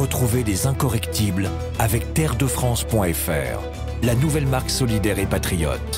Retrouvez les incorrectibles avec terredefrance.fr, la nouvelle marque solidaire et patriote.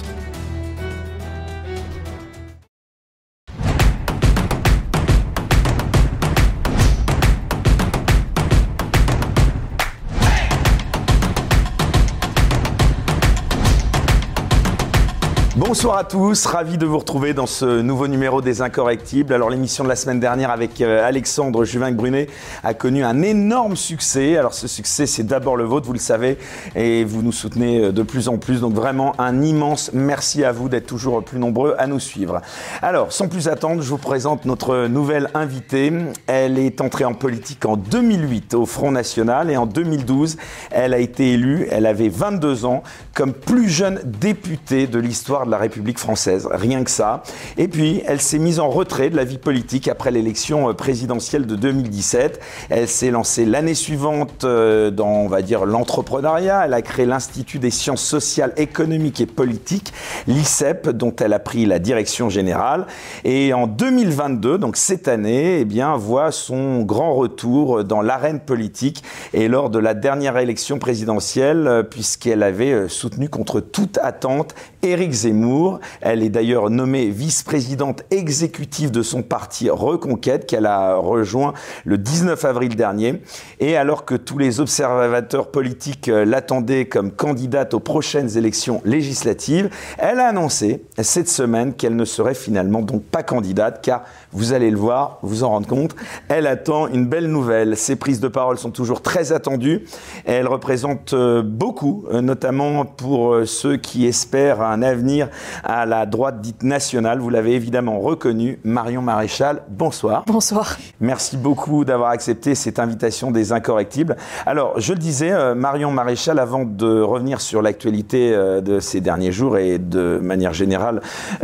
Bonsoir à tous, ravi de vous retrouver dans ce nouveau numéro des Incorrectibles. Alors l'émission de la semaine dernière avec Alexandre Juvin-Brunet a connu un énorme succès. Alors ce succès c'est d'abord le vôtre, vous le savez, et vous nous soutenez de plus en plus. Donc vraiment un immense merci à vous d'être toujours plus nombreux à nous suivre. Alors sans plus attendre, je vous présente notre nouvelle invitée. Elle est entrée en politique en 2008 au Front National et en 2012, elle a été élue, elle avait 22 ans, comme plus jeune députée de l'histoire de la République française, rien que ça. Et puis, elle s'est mise en retrait de la vie politique après l'élection présidentielle de 2017. Elle s'est lancée l'année suivante dans, on va dire, l'entrepreneuriat. Elle a créé l'Institut des sciences sociales, économiques et politiques, l'ICEP, dont elle a pris la direction générale. Et en 2022, donc cette année, eh bien, voit son grand retour dans l'arène politique et lors de la dernière élection présidentielle, puisqu'elle avait soutenu contre toute attente Éric Zemmour. Elle est d'ailleurs nommée vice-présidente exécutive de son parti Reconquête, qu'elle a rejoint le 19 avril dernier. Et alors que tous les observateurs politiques l'attendaient comme candidate aux prochaines élections législatives, elle a annoncé cette semaine qu'elle ne serait finalement donc pas candidate, car vous allez le voir, vous en rendre compte, elle attend une belle nouvelle. Ses prises de parole sont toujours très attendues. Elle représente beaucoup, notamment pour ceux qui espèrent un avenir à la droite dite nationale. Vous l'avez évidemment reconnu, Marion Maréchal, bonsoir. Bonsoir. Merci beaucoup d'avoir accepté cette invitation des Incorrectibles. Alors, je le disais, Marion Maréchal, avant de revenir sur l'actualité de ces derniers jours et de manière générale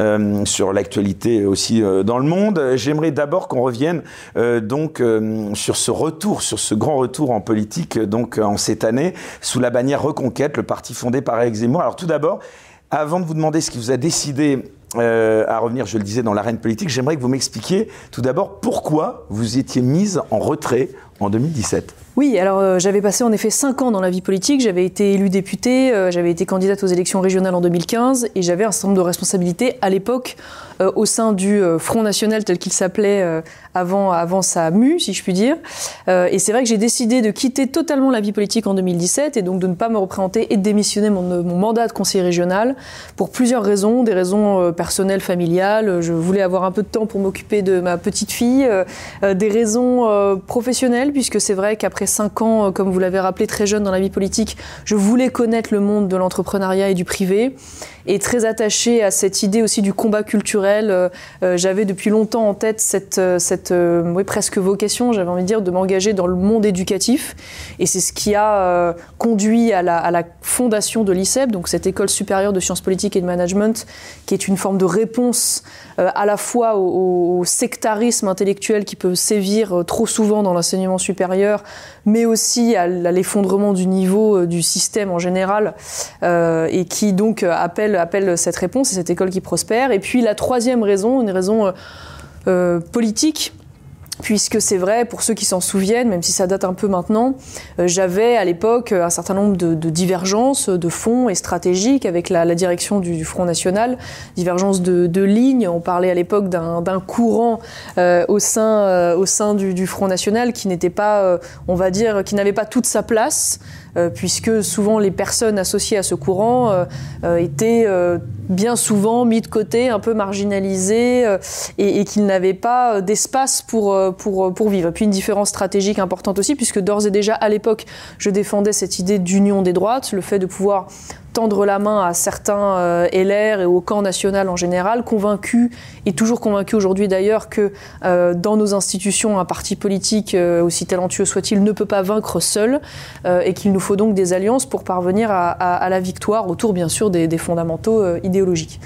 sur l'actualité aussi dans le monde, j'aimerais d'abord qu'on revienne sur ce grand retour en politique donc en cette année sous la bannière Reconquête, le parti fondé par Éric Zemmour. Alors tout d'abord, avant de vous demander ce qui vous a décidé à revenir, je le disais, dans l'arène politique, j'aimerais que vous m'expliquiez tout d'abord pourquoi vous étiez mise en retrait en 2017. Oui, alors j'avais passé en effet 5 ans dans la vie politique, j'avais été élue députée, j'avais été candidate aux élections régionales en 2015 et j'avais un certain nombre de responsabilités à l'époque au sein du Front National tel qu'il s'appelait avant sa mue, si je puis dire. Et c'est vrai que j'ai décidé de quitter totalement la vie politique en 2017 et donc de ne pas me représenter et de démissionner mon mandat de conseiller régional pour plusieurs raisons, des raisons personnelles, familiales, je voulais avoir un peu de temps pour m'occuper de ma petite fille, des raisons professionnelles puisque c'est vrai qu'après 5 ans, comme vous l'avez rappelé, très jeune dans la vie politique, je voulais connaître le monde de l'entrepreneuriat et du privé. Et très attachée à cette idée aussi du combat culturel, j'avais depuis longtemps en tête cette presque vocation, j'avais envie de dire, de m'engager dans le monde éducatif. Et c'est ce qui a conduit à la fondation de l'ICEP, donc cette école supérieure de sciences politiques et de management, qui est une forme de réponse à la fois au sectarisme intellectuel qui peut sévir trop souvent dans l'enseignement supérieur, mais aussi à l'effondrement du niveau du système en général, et qui donc appelle cette réponse et cette école qui prospère. Et puis la troisième raison, une raison politique, puisque c'est vrai, pour ceux qui s'en souviennent, même si ça date un peu maintenant, j'avais à l'époque un certain nombre de divergences de fond et stratégiques avec la direction du Front National, divergences de lignes. On parlait à l'époque d'un courant au sein du Front National qui n'était pas, on va dire, qui n'avait pas toute sa place, puisque souvent les personnes associées à ce courant étaient bien souvent mis de côté, un peu marginalisées, et qu'ils n'avaient pas d'espace pour vivre. Et puis une différence stratégique importante aussi, puisque d'ores et déjà à l'époque, je défendais cette idée d'union des droites, le fait de pouvoir tendre la main à certains LR et au camp national en général, convaincus, et toujours convaincus aujourd'hui d'ailleurs, que dans nos institutions, un parti politique, aussi talentueux soit-il, ne peut pas vaincre seul, et qu'il nous faut donc des alliances pour parvenir à la victoire, autour bien sûr des fondamentaux idéologiques.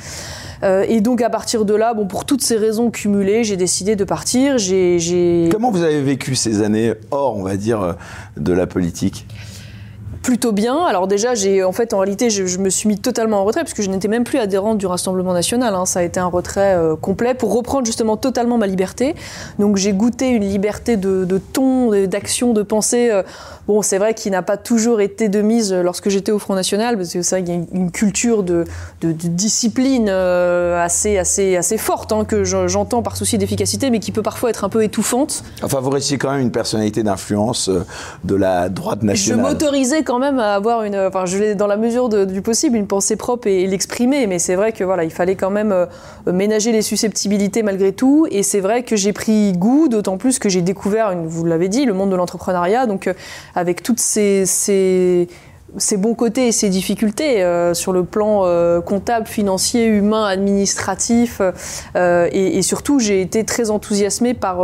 Et donc à partir de là, pour toutes ces raisons cumulées, j'ai décidé de partir. J'ai... Comment vous avez vécu ces années hors, on va dire, de la politique ? plutôt bien. Alors déjà, en réalité, je me suis mis totalement en retrait parce que je n'étais même plus adhérente du Rassemblement national. Ça a été un retrait complet pour reprendre justement totalement ma liberté. Donc j'ai goûté une liberté de ton, d'action, de pensée. Bon, c'est vrai qu'il n'a pas toujours été de mise lorsque j'étais au Front National, parce que c'est vrai qu'il y a une culture de discipline assez forte, que j'entends par souci d'efficacité, mais qui peut parfois être un peu étouffante. Enfin, vous restiez quand même une personnalité d'influence de la droite nationale. Je m'autorisais quand même à avoir dans la mesure du possible, une pensée propre et l'exprimer, mais c'est vrai que il fallait quand même ménager les susceptibilités malgré tout, et c'est vrai que j'ai pris goût, d'autant plus que j'ai découvert, vous l'avez dit, le monde de l'entrepreneuriat, donc avec toutes ces bons côtés et ces difficultés sur le plan comptable, financier, humain, administratif, et surtout j'ai été très enthousiasmée par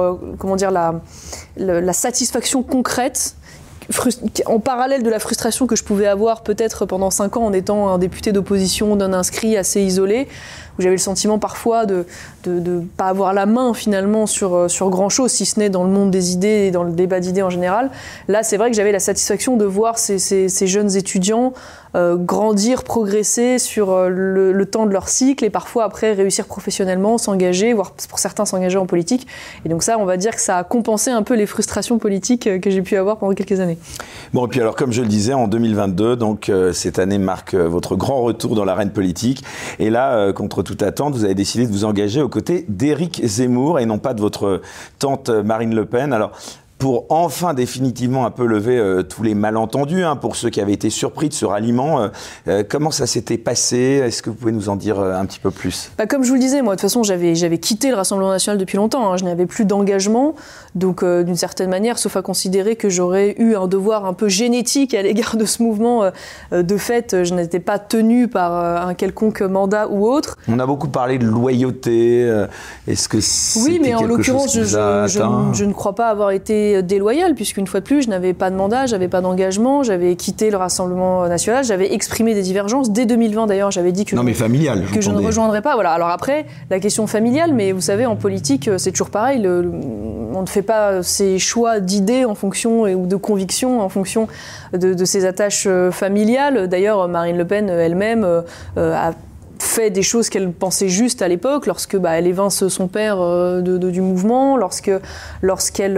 la satisfaction concrète en parallèle de la frustration que je pouvais avoir peut-être pendant 5 ans en étant un député d'opposition non inscrit assez isolé, où j'avais le sentiment parfois de pas avoir la main finalement sur grand chose, si ce n'est dans le monde des idées et dans le débat d'idées en général. Là, c'est vrai que j'avais la satisfaction de voir ces jeunes étudiants grandir, progresser sur le temps de leur cycle et parfois après réussir professionnellement, s'engager, voire pour certains s'engager en politique. Et donc ça, on va dire que ça a compensé un peu les frustrations politiques que j'ai pu avoir pendant quelques années. Bon, et puis alors, comme je le disais, en 2022, donc cette année marque votre grand retour dans l'arène politique. Et là, contre toute attente, vous avez décidé de vous engager aux côtés d'Éric Zemmour et non pas de votre tante Marine Le Pen. Alors, pour enfin définitivement un peu lever tous les malentendus, pour ceux qui avaient été surpris de ce ralliement. Comment ça s'était passé ? Est-ce que vous pouvez nous en dire un petit peu plus ? Comme je vous le disais, moi de toute façon j'avais quitté le Rassemblement national depuis longtemps, je n'avais plus d'engagement, donc d'une certaine manière, sauf à considérer que j'aurais eu un devoir un peu génétique à l'égard de ce mouvement, de fait je n'étais pas tenue par un quelconque mandat ou autre. On a beaucoup parlé de loyauté, est-ce que c'était oui, mais en quelque l'occurrence chose qui vous a atteint ? je ne crois pas avoir été déloyale, puisqu'une fois de plus, je n'avais pas de mandat, j'avais pas d'engagement, j'avais quitté le Rassemblement national, j'avais exprimé des divergences. Dès 2020, d'ailleurs, j'avais dit que je ne rejoindrais pas. Voilà. Alors après, la question familiale, mais vous savez, en politique, c'est toujours pareil. On ne fait pas ses choix d'idées en fonction ou de convictions en fonction de ses attaches familiales. D'ailleurs, Marine Le Pen elle-même a fait des choses qu'elle pensait justes à l'époque, lorsque elle évince son père du mouvement, lorsqu'elle,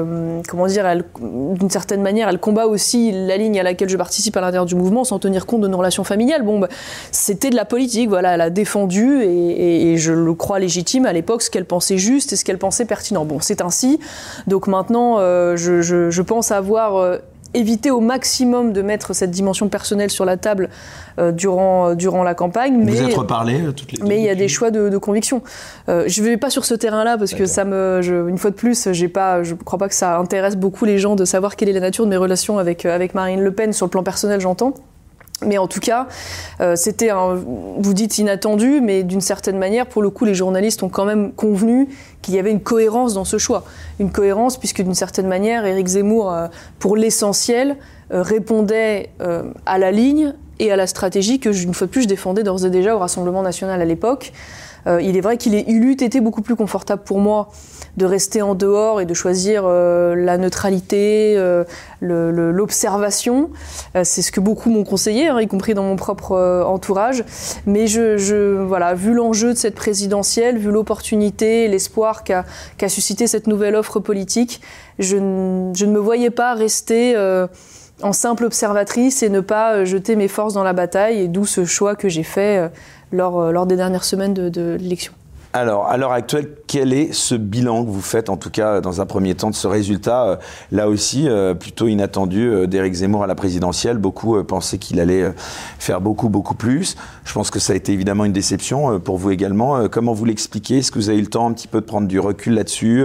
d'une certaine manière, elle combat aussi la ligne à laquelle je participe à l'intérieur du mouvement, sans tenir compte de nos relations familiales. C'était de la politique, voilà, elle a défendu, et je le crois légitime à l'époque, ce qu'elle pensait juste et ce qu'elle pensait pertinent. C'est ainsi. Donc maintenant, je pense avoir éviter au maximum de mettre cette dimension personnelle sur la table durant la campagne. Vous êtes reparlé toutes les deux. Mais il y a des choix de conviction. Je ne vais pas sur ce terrain-là parce que une fois de plus, je ne crois pas que ça intéresse beaucoup les gens de savoir quelle est la nature de mes relations avec Marine Le Pen, sur le plan personnel, j'entends. Mais en tout cas, c'était vous dites inattendu, mais d'une certaine manière, pour le coup, les journalistes ont quand même convenu qu'il y avait une cohérence dans ce choix. Une cohérence, puisque d'une certaine manière, Éric Zemmour, pour l'essentiel, répondait à la ligne et à la stratégie que, une fois de plus, je défendais d'ores et déjà au Rassemblement national à l'époque. Il est vrai qu'il eût été beaucoup plus confortable pour moi de rester en dehors et de choisir la neutralité, l'observation. C'est ce que beaucoup m'ont conseillé, y compris dans mon propre entourage. Mais vu l'enjeu de cette présidentielle, vu l'opportunité, l'espoir qu'a suscité cette nouvelle offre politique, je ne me voyais pas rester en simple observatrice et ne pas jeter mes forces dans la bataille, et d'où ce choix que j'ai fait lors des dernières semaines de l'élection. Alors, à l'heure actuelle, quel est ce bilan que vous faites, en tout cas dans un premier temps, de ce résultat, là aussi, plutôt inattendu, d'Éric Zemmour à la présidentielle? Beaucoup pensaient qu'il allait faire beaucoup plus. Je pense que ça a été évidemment une déception pour vous également. Comment vous l'expliquez? Est-ce que vous avez eu le temps un petit peu de prendre du recul là-dessus,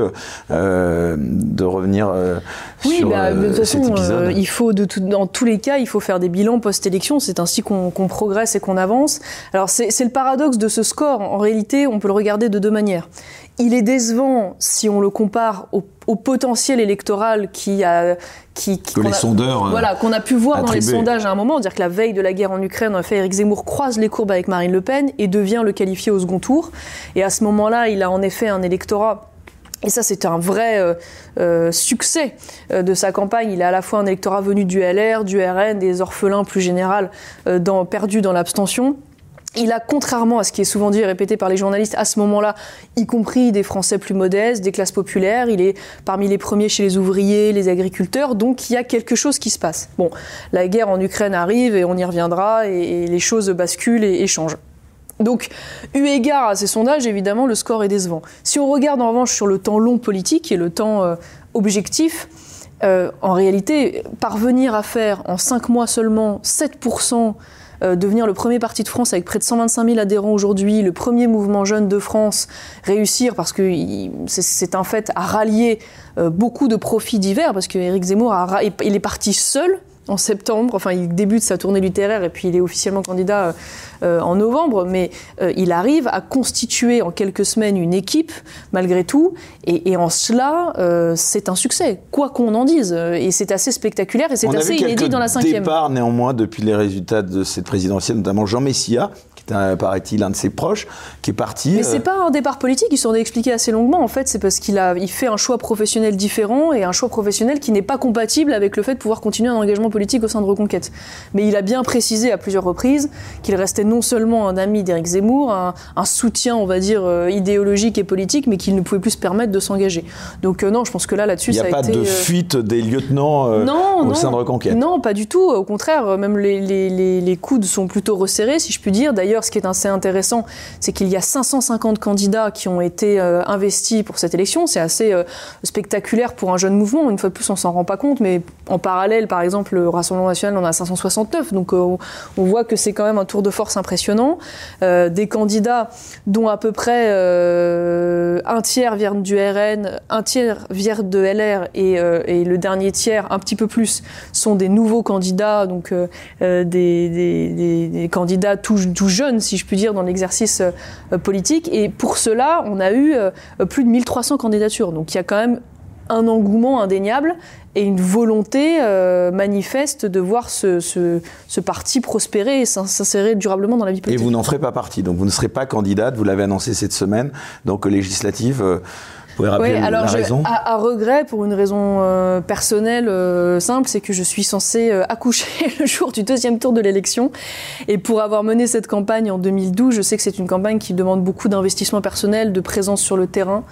de revenir sur de toute façon, cet épisode? Il faut, dans tous les cas, il faut faire des bilans post-élection. C'est ainsi qu'on progresse et qu'on avance. Alors, c'est le paradoxe de ce score. En réalité, on peut le regarder de deux manières. Il est décevant si on le compare au potentiel électoral qu'on a pu voir dans les sondages à un moment, dire que la veille de la guerre en Ukraine, en fait, Éric Zemmour croise les courbes avec Marine Le Pen et devient le qualifié au second tour. Et à ce moment-là, il a en effet un électorat Et ça, c'est un vrai succès de sa campagne. Il a à la fois un électorat venu du LR, du RN, des orphelins plus général, perdus dans l'abstention. Il a, contrairement à ce qui est souvent dit et répété par les journalistes, à ce moment-là, y compris des Français plus modestes, des classes populaires, il est parmi les premiers chez les ouvriers, les agriculteurs, donc il y a quelque chose qui se passe. Bon, la guerre en Ukraine arrive et on y reviendra, et les choses basculent et changent. Donc, eu égard à ces sondages, évidemment, le score est décevant. Si on regarde en revanche sur le temps long politique et le temps objectif, en réalité, parvenir à faire en 5 mois seulement 7%, devenir le premier parti de France avec près de 125 000 adhérents aujourd'hui, le premier mouvement jeune de France, réussir, parce que c'est un fait, à rallier beaucoup de profits divers, parce qu'Éric Zemmour, il est parti seul en septembre, enfin il débute sa tournée littéraire et puis il est officiellement candidat en novembre, mais il arrive à constituer en quelques semaines une équipe malgré tout, et en cela c'est un succès, quoi qu'on en dise, et c'est assez spectaculaire et c'est assez inédit dans la 5e. On a vu quelques départs néanmoins depuis les résultats de cette présidentielle, notamment Jean Messia, qui était, paraît-il, un de ses proches, qui est parti. Mais c'est pas un départ politique, il s'en est expliqué assez longuement. En fait, c'est parce qu'il fait un choix professionnel différent et un choix professionnel qui n'est pas compatible avec le fait de pouvoir continuer un engagement politique au sein de Reconquête. Mais il a bien précisé à plusieurs reprises qu'il restait non seulement un ami d'Éric Zemmour, un soutien, on va dire, idéologique et politique, mais qu'il ne pouvait plus se permettre de s'engager. Donc non, je pense que là-dessus, ça a été... Il n'y a pas de fuite des lieutenants au sein de Reconquête? Non, pas du tout. Au contraire, même les coudes sont plutôt resserrés, si je puis dire. D'ailleurs, ce qui est assez intéressant, c'est qu'il y a 550 candidats qui ont été investis pour cette élection. C'est assez spectaculaire pour un jeune mouvement. Une fois de plus, on s'en rend pas compte, mais en parallèle, par exemple, le Rassemblement national en a 569. Donc, on voit que c'est quand même un tour de force impressionnant. Des candidats dont à peu près un tiers viennent du RN, un tiers viennent de LR et le dernier tiers, un petit peu plus, sont des nouveaux candidats, donc des candidats tout jeunes, si je puis dire, dans l'exercice politique. Et pour cela, on a eu plus de 1300 candidatures. Donc il y a quand même un engouement indéniable et une volonté manifeste de voir ce parti prospérer et s'insérer durablement dans la vie politique. Et vous n'en ferez pas partie, donc vous ne serez pas candidate, vous l'avez annoncé cette semaine, donc législative. Vous pouvez rappeler la raison? À regret, pour une raison personnelle simple, c'est que je suis censée accoucher le jour du 2e tour de l'élection. Et pour avoir mené cette campagne en 2012, je sais que c'est une campagne qui demande beaucoup d'investissement personnel, de présence sur le terrain,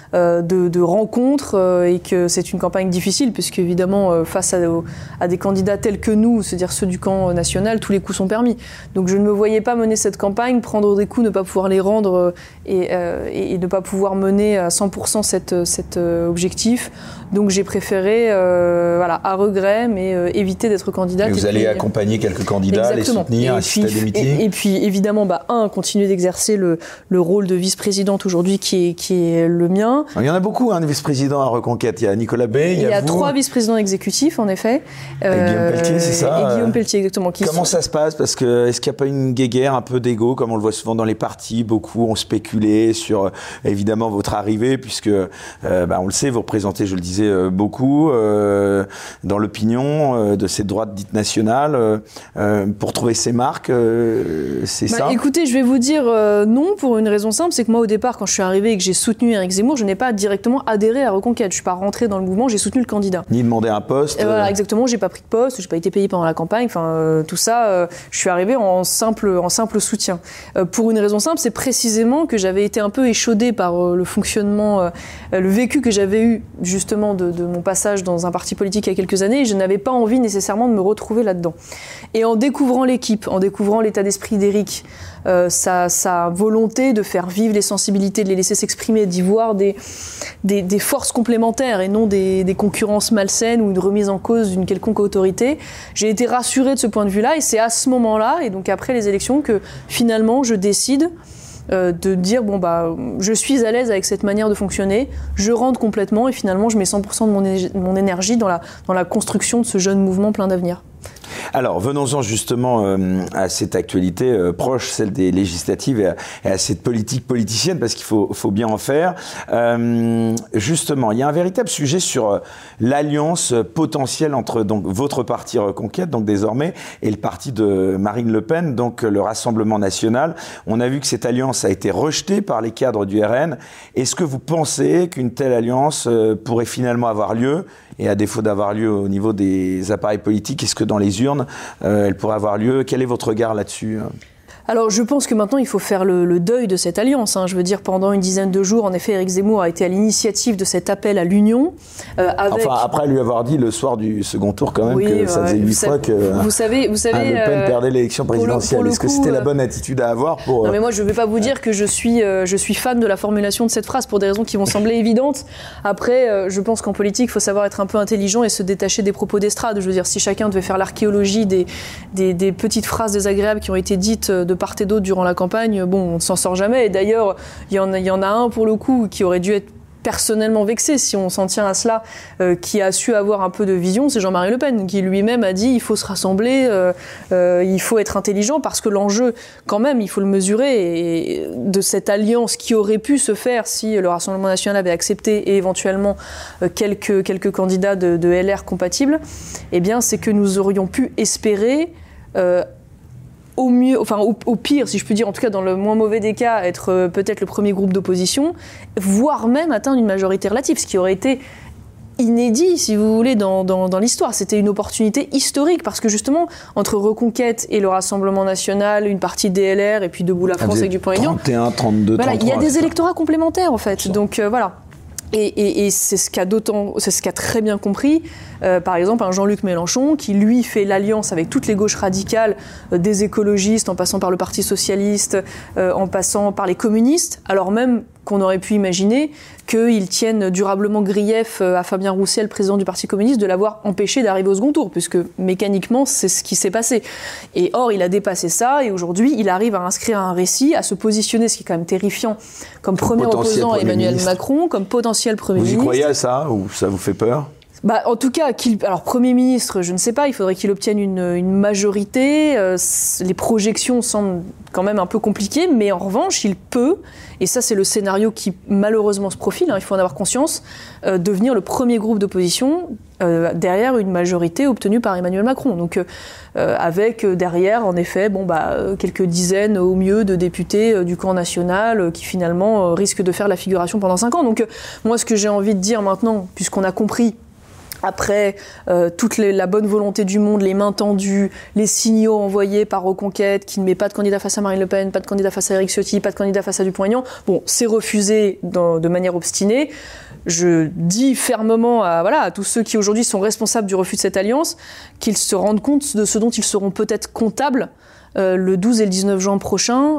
de rencontres, et que c'est une campagne difficile, puisque évidemment, face à des candidats tels que nous, c'est-à-dire ceux du camp national, tous les coups sont permis. Donc je ne me voyais pas mener cette campagne, prendre des coups, ne pas pouvoir les rendre et ne pas pouvoir mener à 100% cet objectif. Donc j'ai préféré, à regret, mais éviter d'être candidate. Et vous allez accompagner quelques candidats, exactement, les soutenir, assister à des meetings. Et puis évidemment, continuer d'exercer le rôle de vice-présidente aujourd'hui qui est le mien. Il y en a beaucoup, des vice-présidents à Reconquête. Il y a Nicolas Bay, il y a 3 vice-présidents exécutifs, en effet. Et Guillaume Pelletier, c'est ça? Et Guillaume Pelletier, exactement. Comment ça se passe? Parce que est-ce qu'il n'y a pas une guéguerre, un peu d'égo, comme on le voit souvent dans les partis? Beaucoup ont spéculé sur, évidemment, votre arrivée, puisque, on le sait, vous représentez, je le disais, beaucoup dans l'opinion de cette droite dite nationale. Pour trouver ses marques, c'est ça? Écoutez, je vais vous dire non, pour une raison simple, c'est que moi, au départ, quand je suis arrivée et que j'ai soutenu Éric Zemmour, je n'ai pas directement adhéré à Reconquête. Je ne suis pas rentrée dans le mouvement, j'ai soutenu le candidat. Ni demandé un poste. Voilà, exactement, j'ai pas pris de poste, j'ai pas été payée pendant la campagne, tout ça, je suis arrivée en simple soutien. Pour une raison simple, c'est précisément que j'avais été un peu échaudée par le fonctionnement, le vécu que j'avais eu justement de mon passage dans un parti politique il y a quelques années, et je n'avais pas envie nécessairement de me retrouver là-dedans. Et en découvrant l'équipe, en découvrant l'état d'esprit d'Éric, sa volonté de faire vivre les sensibilités, de les laisser s'exprimer, d'y voir des forces complémentaires et non des concurrences malsaines ou une remise en cause d'une quelconque autorité. J'ai été rassurée de ce point de vue-là, et c'est à ce moment-là, et donc après les élections, que finalement je décide de dire je suis à l'aise avec cette manière de fonctionner, je rentre complètement, et finalement je mets 100% de mon énergie dans la construction de ce jeune mouvement plein d'avenir. Alors, venons-en justement à cette actualité proche, celle des législatives et à cette politique politicienne, parce qu'il faut bien en faire. Justement, il y a un véritable sujet sur l'alliance potentielle entre donc, votre parti Reconquête, donc désormais, et le parti de Marine Le Pen, donc le Rassemblement national. On a vu que cette alliance a été rejetée par les cadres du RN. Est-ce que vous pensez qu'une telle alliance pourrait finalement avoir lieu ? Et à défaut d'avoir lieu au niveau des appareils politiques, est-ce que dans les urnes, elle pourrait avoir lieu ? Quel est votre regard là-dessus ? Alors je pense que maintenant il faut faire le deuil de cette alliance. Je veux dire, pendant une dizaine de jours, en effet, Éric Zemmour a été à l'initiative de cet appel à l'union. Enfin, après lui avoir dit le soir du second tour quand même que ça faisait 8 fois que vous savez, Le Pen perdait l'élection présidentielle. Est-ce que c'était la bonne attitude à avoir pour... Non mais moi je ne vais pas vous dire que je suis fan de la formulation de cette phrase pour des raisons qui vont sembler évidentes. Après, je pense qu'en politique, il faut savoir être un peu intelligent et se détacher des propos d'estrade. Je veux dire, si chacun devait faire l'archéologie des petites phrases désagréables qui ont été dites de part et d'autre durant la campagne, bon, on ne s'en sort jamais. Et d'ailleurs, il y en a un pour le coup qui aurait dû être personnellement vexé, si on s'en tient à cela, qui a su avoir un peu de vision, c'est Jean-Marie Le Pen, qui lui-même a dit il faut se rassembler, il faut être intelligent, parce que l'enjeu, quand même, il faut le mesurer, et de cette alliance qui aurait pu se faire si le Rassemblement national avait accepté, et éventuellement quelques candidats de LR compatibles, eh bien, c'est que nous aurions pu espérer au mieux, enfin au pire, si je puis dire, en tout cas dans le moins mauvais des cas, être peut-être le premier groupe d'opposition, voire même atteindre une majorité relative, ce qui aurait été inédit, si vous voulez, dans l'histoire. C'était une opportunité historique, parce que justement, entre Reconquête et le Rassemblement national, une partie DLR, et puis Debout la France avec Dupont-Aignan, 31, 32, voilà, 33, il y a des électorats complémentaires, en fait. Donc voilà. Et c'est ce qu'a très bien compris, par exemple, un Jean-Luc Mélenchon, qui lui fait l'alliance avec toutes les gauches radicales, des écologistes, en passant par le Parti socialiste, en passant par les communistes, alors même qu'on aurait pu imaginer qu'ils tiennent durablement grief à Fabien Roussel, président du Parti communiste, de l'avoir empêché d'arriver au second tour, puisque mécaniquement, c'est ce qui s'est passé. Et or, il a dépassé ça, et aujourd'hui, il arrive à inscrire un récit, à se positionner, ce qui est quand même terrifiant, comme premier opposant à Emmanuel Macron, comme potentiel Premier ministre. Vous y croyez à ça, ou ça vous fait peur ? En tout cas, alors Premier ministre, je ne sais pas, il faudrait qu'il obtienne une majorité. Les projections semblent quand même un peu compliquées, mais en revanche, il peut, et ça c'est le scénario qui malheureusement se profile, il faut en avoir conscience, devenir le premier groupe d'opposition derrière une majorité obtenue par Emmanuel Macron. Donc avec derrière, en effet, quelques dizaines au mieux de députés du camp national qui finalement risquent de faire la figuration pendant 5 ans. Donc moi, ce que j'ai envie de dire maintenant, puisqu'on a compris après toute la bonne volonté du monde, les mains tendues, les signaux envoyés par Reconquête, qui ne met pas de candidat face à Marine Le Pen, pas de candidat face à Éric Ciotti, pas de candidat face à Dupont-Aignan, c'est refusé de manière obstinée. Je dis fermement à tous ceux qui aujourd'hui sont responsables du refus de cette alliance qu'ils se rendent compte de ce dont ils seront peut-être comptables le 12 et le 19 juin prochain,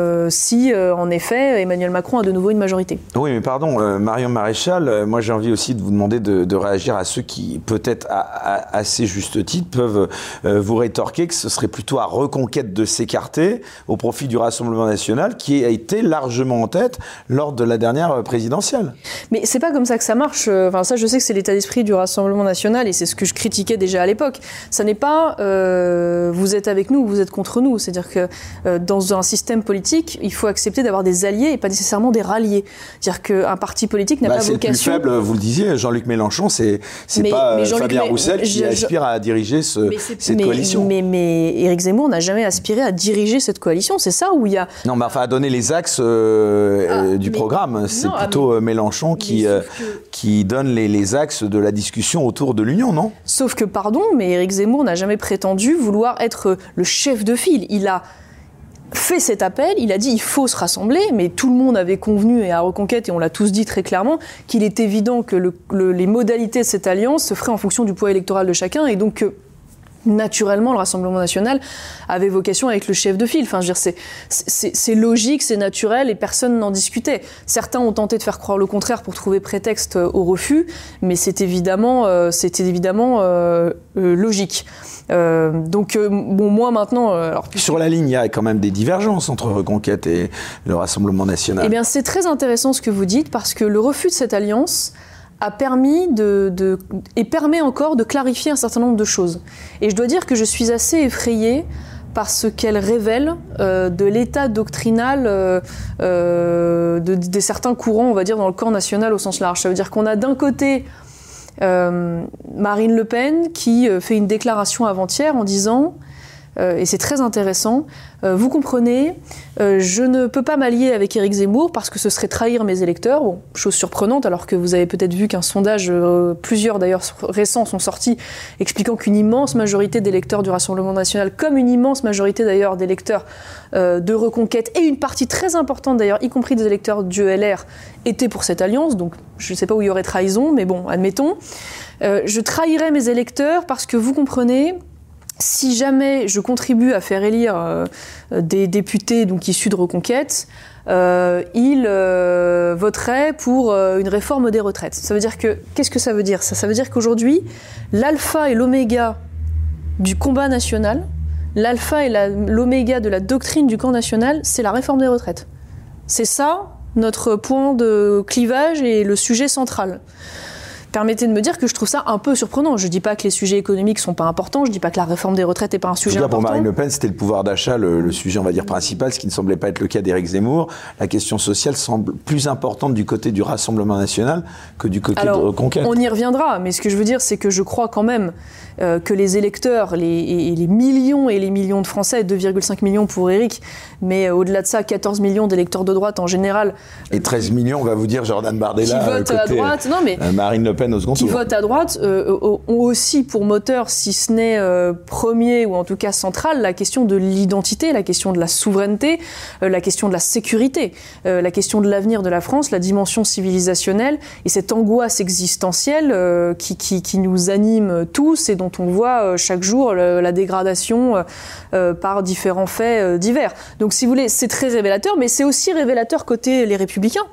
si en effet Emmanuel Macron a de nouveau une majorité. Oui, mais pardon, Marion Maréchal, moi j'ai envie aussi de vous demander de réagir à ceux qui, peut-être à assez juste titre, peuvent vous rétorquer que ce serait plutôt à Reconquête de s'écarter au profit du Rassemblement national, qui a été largement en tête lors de la dernière présidentielle. Mais c'est pas comme ça que ça marche. Enfin, ça, je sais que c'est l'état d'esprit du Rassemblement national, et c'est ce que je critiquais déjà à l'époque. Ça n'est pas vous êtes avec nous ou vous êtes contre nous. C'est-à-dire que dans un système politique, il faut accepter d'avoir des alliés et pas nécessairement des ralliés. C'est-à-dire qu'un parti politique n'a pas vocation... C'est le plus faible, vous le disiez, Jean-Luc Mélenchon, c'est pas Fabien Roussel qui aspire à diriger cette coalition. Mais Éric Zemmour n'a jamais aspiré à diriger cette coalition, c'est ça où il y a... Non, mais enfin, à donner les axes du programme. C'est plutôt Mélenchon qui donne les axes de la discussion autour de l'Union, non ? Sauf que, pardon, mais Éric Zemmour n'a jamais prétendu vouloir être le chef de file. Il a fait cet appel, il a dit il faut se rassembler, mais tout le monde avait convenu, et à Reconquête, et on l'a tous dit très clairement, qu'il est évident que les modalités de cette alliance se feraient en fonction du poids électoral de chacun, et donc naturellement, le Rassemblement national avait vocation à être le chef de file. Enfin, je veux dire, c'est logique, c'est naturel, et personne n'en discutait. Certains ont tenté de faire croire le contraire pour trouver prétexte au refus, mais c'est évidemment logique. Moi maintenant... Sur la ligne, il y a quand même des divergences entre Reconquête et le Rassemblement national. Eh bien, c'est très intéressant ce que vous dites, parce que le refus de cette alliance a permis et permet encore de clarifier un certain nombre de choses. Et je dois dire que je suis assez effrayée par ce qu'elle révèle de l'état doctrinal de certains courants, on va dire, dans le camp national au sens large. Ça veut dire qu'on a d'un côté Marine Le Pen qui fait une déclaration avant-hier en disant, et c'est très intéressant, vous comprenez, je ne peux pas m'allier avec Éric Zemmour parce que ce serait trahir mes électeurs. Bon, chose surprenante, alors que vous avez peut-être vu qu'un sondage, plusieurs d'ailleurs récents sont sortis, expliquant qu'une immense majorité d'électeurs du Rassemblement national, comme une immense majorité d'ailleurs d'électeurs de Reconquête, et une partie très importante d'ailleurs, y compris des électeurs du LR, étaient pour cette alliance. Donc je ne sais pas où il y aurait trahison, mais bon, admettons. Je trahirais mes électeurs parce que vous comprenez, si jamais je contribue à faire élire des députés donc issus de Reconquête, ils voteraient pour une réforme des retraites. Ça veut dire que, qu'est-ce que ça veut dire ça veut dire qu'aujourd'hui, l'alpha et l'oméga du combat national, l'alpha et l'oméga de la doctrine du camp national, c'est la réforme des retraites. C'est ça notre point de clivage et le sujet central. Permettez de me dire que je trouve ça un peu surprenant. Je ne dis pas que les sujets économiques ne sont pas importants, je ne dis pas que la réforme des retraites n'est pas un sujet important. Pour Marine Le Pen, c'était le pouvoir d'achat, le sujet, on va dire, principal, ce qui ne semblait pas être le cas d'Éric Zemmour. La question sociale semble plus importante du côté du Rassemblement national que du côté de Reconquête. On y reviendra, mais ce que je veux dire, c'est que je crois quand même que les électeurs, les millions et les millions de Français, 2,5 millions pour Éric, mais au-delà de ça, 14 millions d'électeurs de droite en général. Et 13 millions, on va vous dire, Jordan Bardella, qui votent à droite. Non, mais Marine Le Pen au second tour. Qui votent à droite ont aussi pour moteur, si ce n'est premier ou en tout cas central, la question de l'identité, la question de la souveraineté, la question de la sécurité, la question de l'avenir de la France, la dimension civilisationnelle et cette angoisse existentielle qui nous anime tous et dont on voit chaque jour la dégradation par différents faits divers. Donc si vous voulez, c'est très révélateur, mais c'est aussi révélateur côté les Républicains.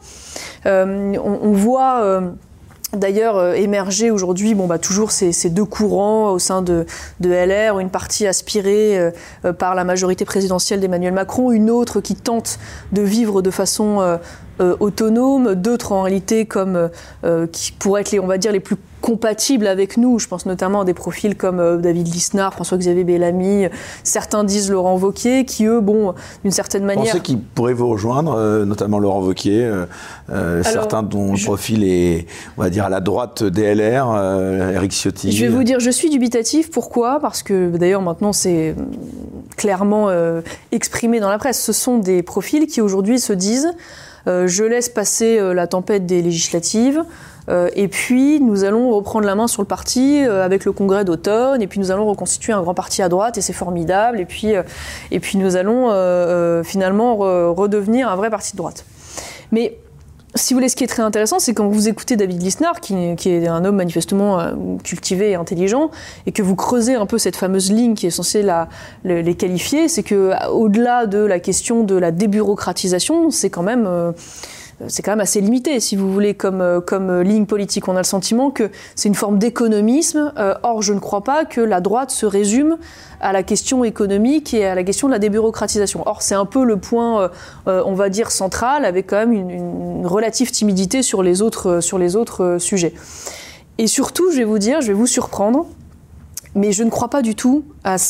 On voit... D'ailleurs, émerger aujourd'hui, toujours ces deux courants au sein de LR, une partie aspirée par la majorité présidentielle d'Emmanuel Macron, une autre qui tente de vivre de façon autonome, d'autres en réalité comme qui pourraient être on va dire les plus compatibles avec nous. Je pense notamment à des profils comme David Lisnard, François-Xavier Bellamy, certains disent Laurent Wauquiez, qui eux, d'une certaine manière... Vous pensez qu'ils pourraient vous rejoindre, notamment Laurent Wauquiez, certains dont le profil est, on va dire, à la droite des LR, Éric Ciotti. Je vais vous dire, je suis dubitatif. Pourquoi ? Parce que d'ailleurs maintenant c'est clairement exprimé dans la presse. Ce sont des profils qui aujourd'hui se disent je laisse passer la tempête des législatives, et puis nous allons reprendre la main sur le parti avec le congrès d'automne, et puis nous allons reconstituer un grand parti à droite, et c'est formidable, et puis nous allons finalement redevenir un vrai parti de droite. Mais si vous voulez, ce qui est très intéressant, c'est quand vous écoutez David Lisnard, qui est un homme manifestement cultivé et intelligent, et que vous creusez un peu cette fameuse ligne qui est censée les qualifier, c'est que au-delà de la question de la débureaucratisation, c'est quand même assez limité, si vous voulez, comme ligne politique. On a le sentiment que c'est une forme d'économisme. Or, je ne crois pas que la droite se résume à la question économique et à la question de la débureaucratisation. Or, c'est un peu le point, on va dire, central, avec quand même une relative timidité sur les autres sujets. Et surtout, je vais vous surprendre, mais je ne crois pas du tout à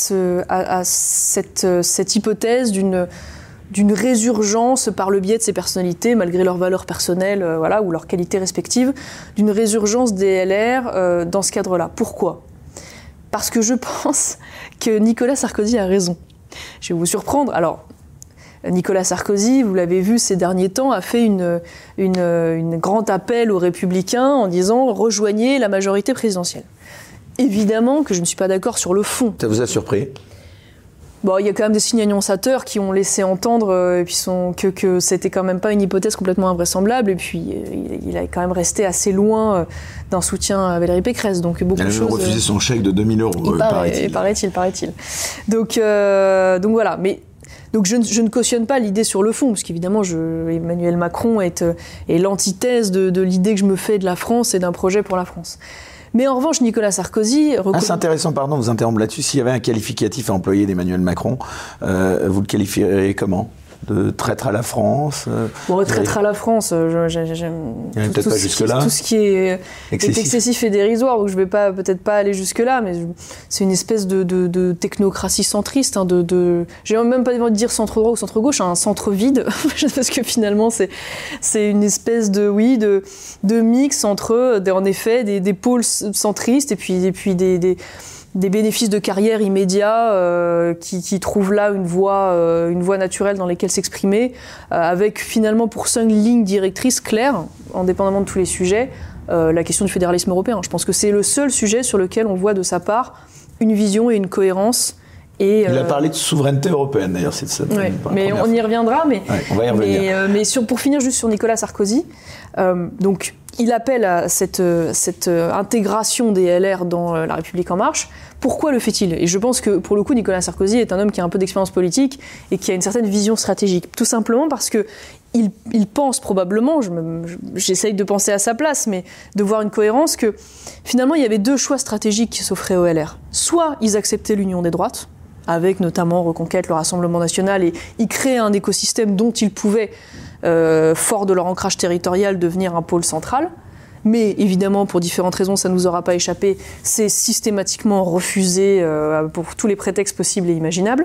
cette hypothèse d'une résurgence par le biais de ces personnalités, malgré leurs valeurs personnelles ou leurs qualités respectives, d'une résurgence des LR dans ce cadre-là. Pourquoi ? Parce que je pense que Nicolas Sarkozy a raison. Je vais vous surprendre. Alors, Nicolas Sarkozy, vous l'avez vu ces derniers temps, a fait une grand appel aux Républicains en disant « rejoignez la majorité présidentielle ». Évidemment que je ne suis pas d'accord sur le fond. Ça vous a surpris ? Il y a quand même des signes annonçateurs qui ont laissé entendre que c'était quand même pas une hypothèse complètement invraisemblable, et puis il a quand même resté assez loin d'un soutien à Valérie Pécresse. Donc beaucoup de choses. Il a refusé son chèque de 2 000 €, paraît-il. Donc voilà. Mais donc je ne cautionne pas l'idée sur le fond, parce qu'évidemment Emmanuel Macron est l'antithèse de l'idée que je me fais de la France et d'un projet pour la France. Mais en revanche, Nicolas Sarkozy... c'est intéressant, pardon, vous interrompre là-dessus. S'il y avait un qualificatif à employer d'Emmanuel Macron, vous le qualifieriez comment ? de traître à la France. Bon, traître à la France, peut-être pas jusque-là. Tout ce qui est excessif et dérisoire, donc je ne vais peut-être pas aller jusque-là, mais c'est une espèce de technocratie centriste. Hein, j'ai même pas envie de dire centre-droit ou centre-gauche, un centre vide, parce que finalement c'est une espèce de mix entre, en effet, des pôles centristes et puis des bénéfices de carrière immédiats qui trouvent là une voie naturelle dans laquelle s'exprimer, avec finalement pour seule ligne directrice claire, indépendamment de tous les sujets, la question du fédéralisme européen. Je pense que c'est le seul sujet sur lequel on voit de sa part une vision et une cohérence. Il a parlé de souveraineté européenne, d'ailleurs, c'est ça. Ouais, mais on y reviendra. On va y revenir. Mais pour finir juste sur Nicolas Sarkozy, donc il appelle à cette intégration des LR dans La République En Marche. Pourquoi le fait-il ? Et je pense que, pour le coup, Nicolas Sarkozy est un homme qui a un peu d'expérience politique et qui a une certaine vision stratégique. Tout simplement parce que il pense probablement, j'essaye de penser à sa place, mais de voir une cohérence, que finalement il y avait deux choix stratégiques qui s'offraient aux LR. Soit ils acceptaient l'union des droites, avec notamment Reconquête, le Rassemblement National, et ils créaient un écosystème dont ils pouvaient, fort de leur ancrage territorial, devenir un pôle central. Mais évidemment, pour différentes raisons, ça ne nous aura pas échappé, c'est systématiquement refusé pour tous les prétextes possibles et imaginables.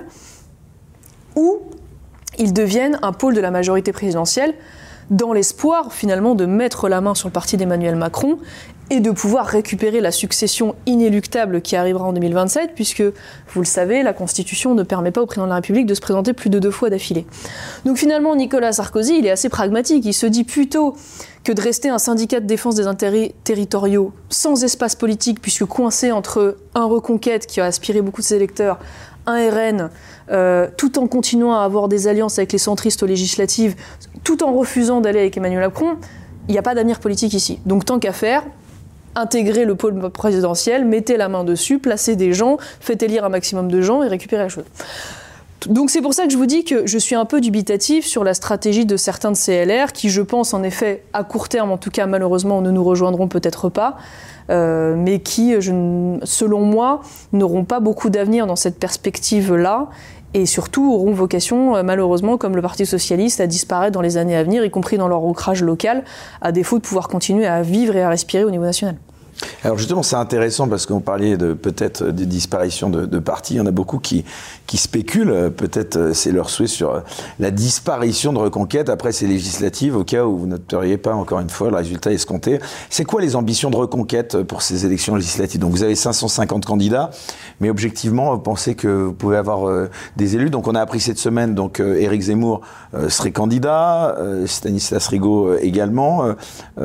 Ou ils deviennent un pôle de la majorité présidentielle, dans l'espoir finalement de mettre la main sur le parti d'Emmanuel Macron et de pouvoir récupérer la succession inéluctable qui arrivera en 2027, puisque, vous le savez, la Constitution ne permet pas au président de la République de se présenter plus de 2 fois d'affilée. Donc finalement, Nicolas Sarkozy, il est assez pragmatique. Il se dit plutôt que de rester un syndicat de défense des intérêts territoriaux sans espace politique, puisque coincé entre un Reconquête qui a aspiré beaucoup de ses électeurs, un RN, tout en continuant à avoir des alliances avec les centristes aux législatives, tout en refusant d'aller avec Emmanuel Macron, il n'y a pas d'avenir politique ici. Donc tant qu'à faire, intégrer le pôle présidentiel, mettez la main dessus, placez des gens, faites élire un maximum de gens et récupérez la chose. Donc c'est pour ça que je vous dis que je suis un peu dubitatif sur la stratégie de certains de ces LR qui, je pense, en effet, à court terme, en tout cas, malheureusement, ne nous rejoindront peut-être pas, mais qui, selon moi, n'auront pas beaucoup d'avenir dans cette perspective-là, et surtout auront vocation, malheureusement, comme le Parti Socialiste, à disparaître dans les années à venir, y compris dans leur ancrage local, à défaut de pouvoir continuer à vivre et à respirer au niveau national. Alors justement, c'est intéressant parce qu'on parlait peut-être des disparitions de partis. Il y en a beaucoup qui spéculent, peut-être c'est leur souhait, sur la disparition de Reconquête après ces législatives, au cas où vous n'obtiendriez pas, encore une fois, le résultat escompté. C'est quoi les ambitions de Reconquête pour ces élections législatives ? Donc vous avez 550 candidats, mais objectivement, vous pensez que vous pouvez avoir des élus. Donc on a appris cette semaine, donc Éric Zemmour serait candidat, Stanislas Rigaud également.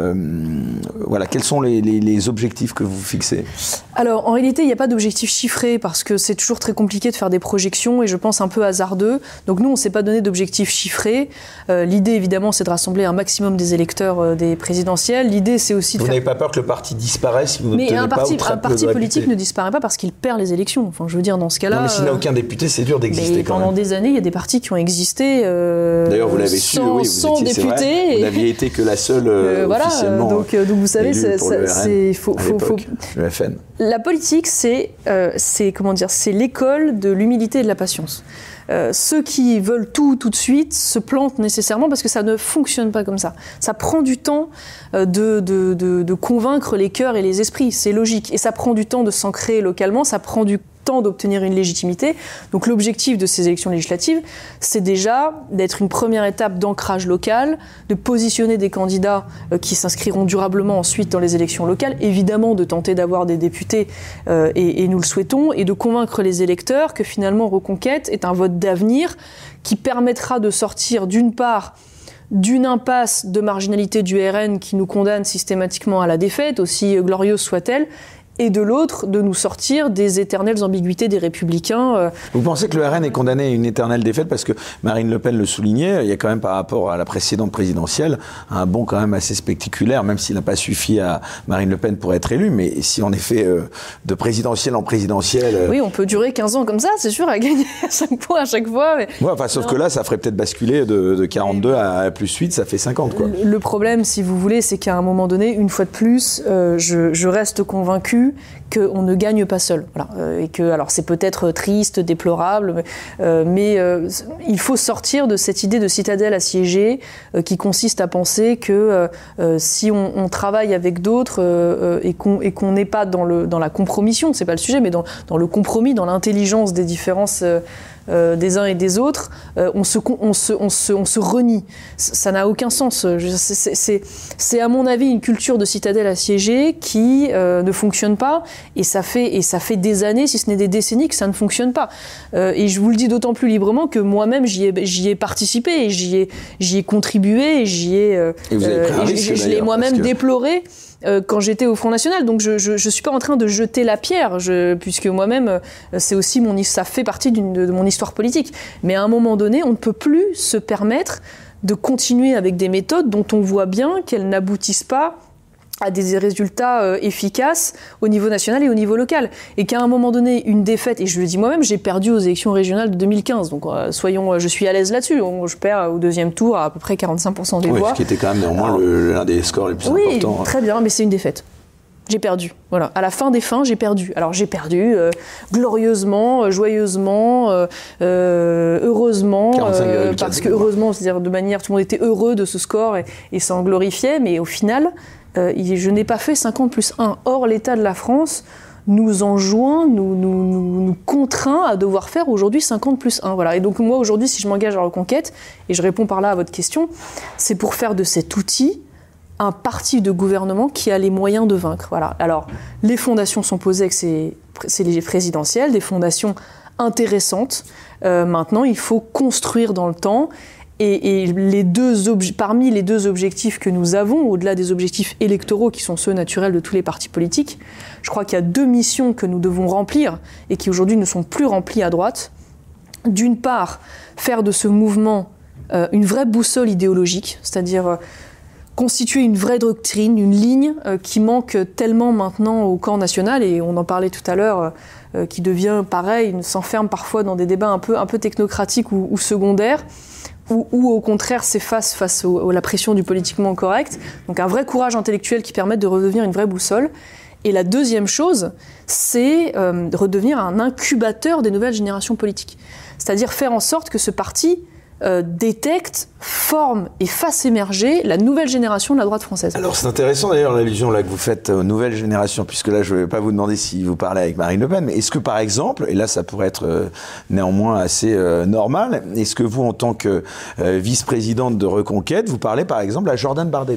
Voilà, quels sont les objectifs que vous fixez ? Alors, en réalité, il n'y a pas d'objectif chiffré parce que c'est toujours très compliqué de faire des projections et je pense un peu hasardeux. Donc nous, on ne s'est pas donné d'objectif chiffré. L'idée, évidemment, c'est de rassembler un maximum des électeurs des présidentielles. L'idée, c'est aussi de Vous n'avez pas peur que le parti disparaisse si vous n'obtenez pas ou très peu de députés ? Mais un parti politique ne disparaît pas parce qu'il perd les élections. Enfin, je veux dire, dans ce cas-là... Non, mais s'il n'a aucun député, c'est dur d'exister quand même. Pendant des années, il y a des partis qui ont existé D'ailleurs, vous l'avez su, oui, sans députés. Vous n'aviez été que la seule officiellement donc vous savez, le FN. La politique, c'est l'école de l'humilité et de la patience. Ceux qui veulent tout de suite se plantent nécessairement parce que ça ne fonctionne pas comme ça. Ça prend du temps de convaincre les cœurs et les esprits, c'est logique. Et ça prend du temps de s'ancrer localement, ça prend du temps d'obtenir une légitimité. Donc l'objectif de ces élections législatives, c'est déjà d'être une première étape d'ancrage local, de positionner des candidats qui s'inscriront durablement ensuite dans les élections locales, évidemment de tenter d'avoir des députés, et nous le souhaitons, et de convaincre les électeurs que finalement Reconquête est un vote d'avenir qui permettra de sortir d'une part d'une impasse de marginalité du RN qui nous condamne systématiquement à la défaite, aussi glorieuse soit-elle, et de l'autre, de nous sortir des éternelles ambiguïtés des Républicains. Vous pensez que le RN est condamné à une éternelle défaite ? Parce que Marine Le Pen le soulignait, il y a quand même par rapport à la précédente présidentielle, un bond quand même assez spectaculaire, même s'il n'a pas suffi à Marine Le Pen pour être élue, mais si en effet, de présidentielle en présidentielle... Oui, on peut durer 15 ans comme ça, c'est sûr, à gagner 5 points à chaque fois. Mais... Ouais, enfin, sauf que là, ça ferait peut-être basculer de 42 à plus 8, ça fait 50, quoi. Le problème, si vous voulez, c'est qu'à un moment donné, une fois de plus, je reste convaincu plus qu'on ne gagne pas seul. Voilà. Et que, alors c'est peut-être triste, déplorable, mais il faut sortir de cette idée de citadelle assiégée qui consiste à penser que si on travaille avec d'autres et qu'on n'est pas dans la compromission, c'est pas le sujet, mais dans le compromis, dans l'intelligence des différences des uns et des autres, on se renie. Ça n'a aucun sens. C'est à mon avis une culture de citadelle assiégée qui ne fonctionne pas, et ça fait des années, si ce n'est des décennies, que ça ne fonctionne pas. Et je vous le dis d'autant plus librement que moi-même j'y ai participé, et j'y ai contribué, et je l'ai moi-même déploré. Quand j'étais au Front National, donc je suis pas en train de jeter la pierre, puisque moi-même c'est aussi ça fait partie de mon histoire politique. Mais à un moment donné, on ne peut plus se permettre de continuer avec des méthodes dont on voit bien qu'elles n'aboutissent pas à des résultats efficaces au niveau national et au niveau local. Et qu'à un moment donné, une défaite, et je le dis moi-même, j'ai perdu aux élections régionales de 2015, donc je suis à l'aise là-dessus. Je perds au deuxième tour à peu près 45% des voix. Ce qui était quand même néanmoins l'un des scores les plus importants. Oui, très bien, mais c'est une défaite. J'ai perdu. Voilà. À la fin des fins, j'ai perdu. Alors j'ai perdu glorieusement, joyeusement, heureusement, parce que heureusement, c'est-à-dire de manière, tout le monde était heureux de ce score et s'en glorifiait, mais au final, je n'ai pas fait 50+1. Or, l'État de la France nous enjoint, nous contraint à devoir faire aujourd'hui 50+1. Voilà. Et donc moi, aujourd'hui, si je m'engage à Reconquête, et je réponds par là à votre question, c'est pour faire de cet outil un parti de gouvernement qui a les moyens de vaincre. Voilà. Alors, les fondations sont posées avec ces présidentielles, des fondations intéressantes. Maintenant, il faut construire dans le temps. Et parmi les deux objectifs que nous avons, au-delà des objectifs électoraux qui sont ceux naturels de tous les partis politiques, je crois qu'il y a deux missions que nous devons remplir et qui aujourd'hui ne sont plus remplies à droite. D'une part, faire de ce mouvement une vraie boussole idéologique, c'est-à-dire constituer une vraie doctrine, une ligne qui manque tellement maintenant au camp national, et on en parlait tout à l'heure, qui devient pareil, s'enferme parfois dans des débats un peu technocratiques ou secondaires, ou au contraire s'efface face à la pression du politiquement correct. Donc un vrai courage intellectuel qui permette de redevenir une vraie boussole. Et la deuxième chose, c'est de redevenir un incubateur des nouvelles générations politiques. C'est-à-dire faire en sorte que ce parti détecte, forme et fasse émerger la nouvelle génération de la droite française. Alors c'est intéressant d'ailleurs l'allusion là que vous faites aux nouvelles générations, puisque là je ne vais pas vous demander si vous parlez avec Marine Le Pen, mais est-ce que par exemple, et là ça pourrait être néanmoins assez normal, est-ce que vous en tant que vice-présidente de Reconquête, vous parlez par exemple à Jordan Bardella ?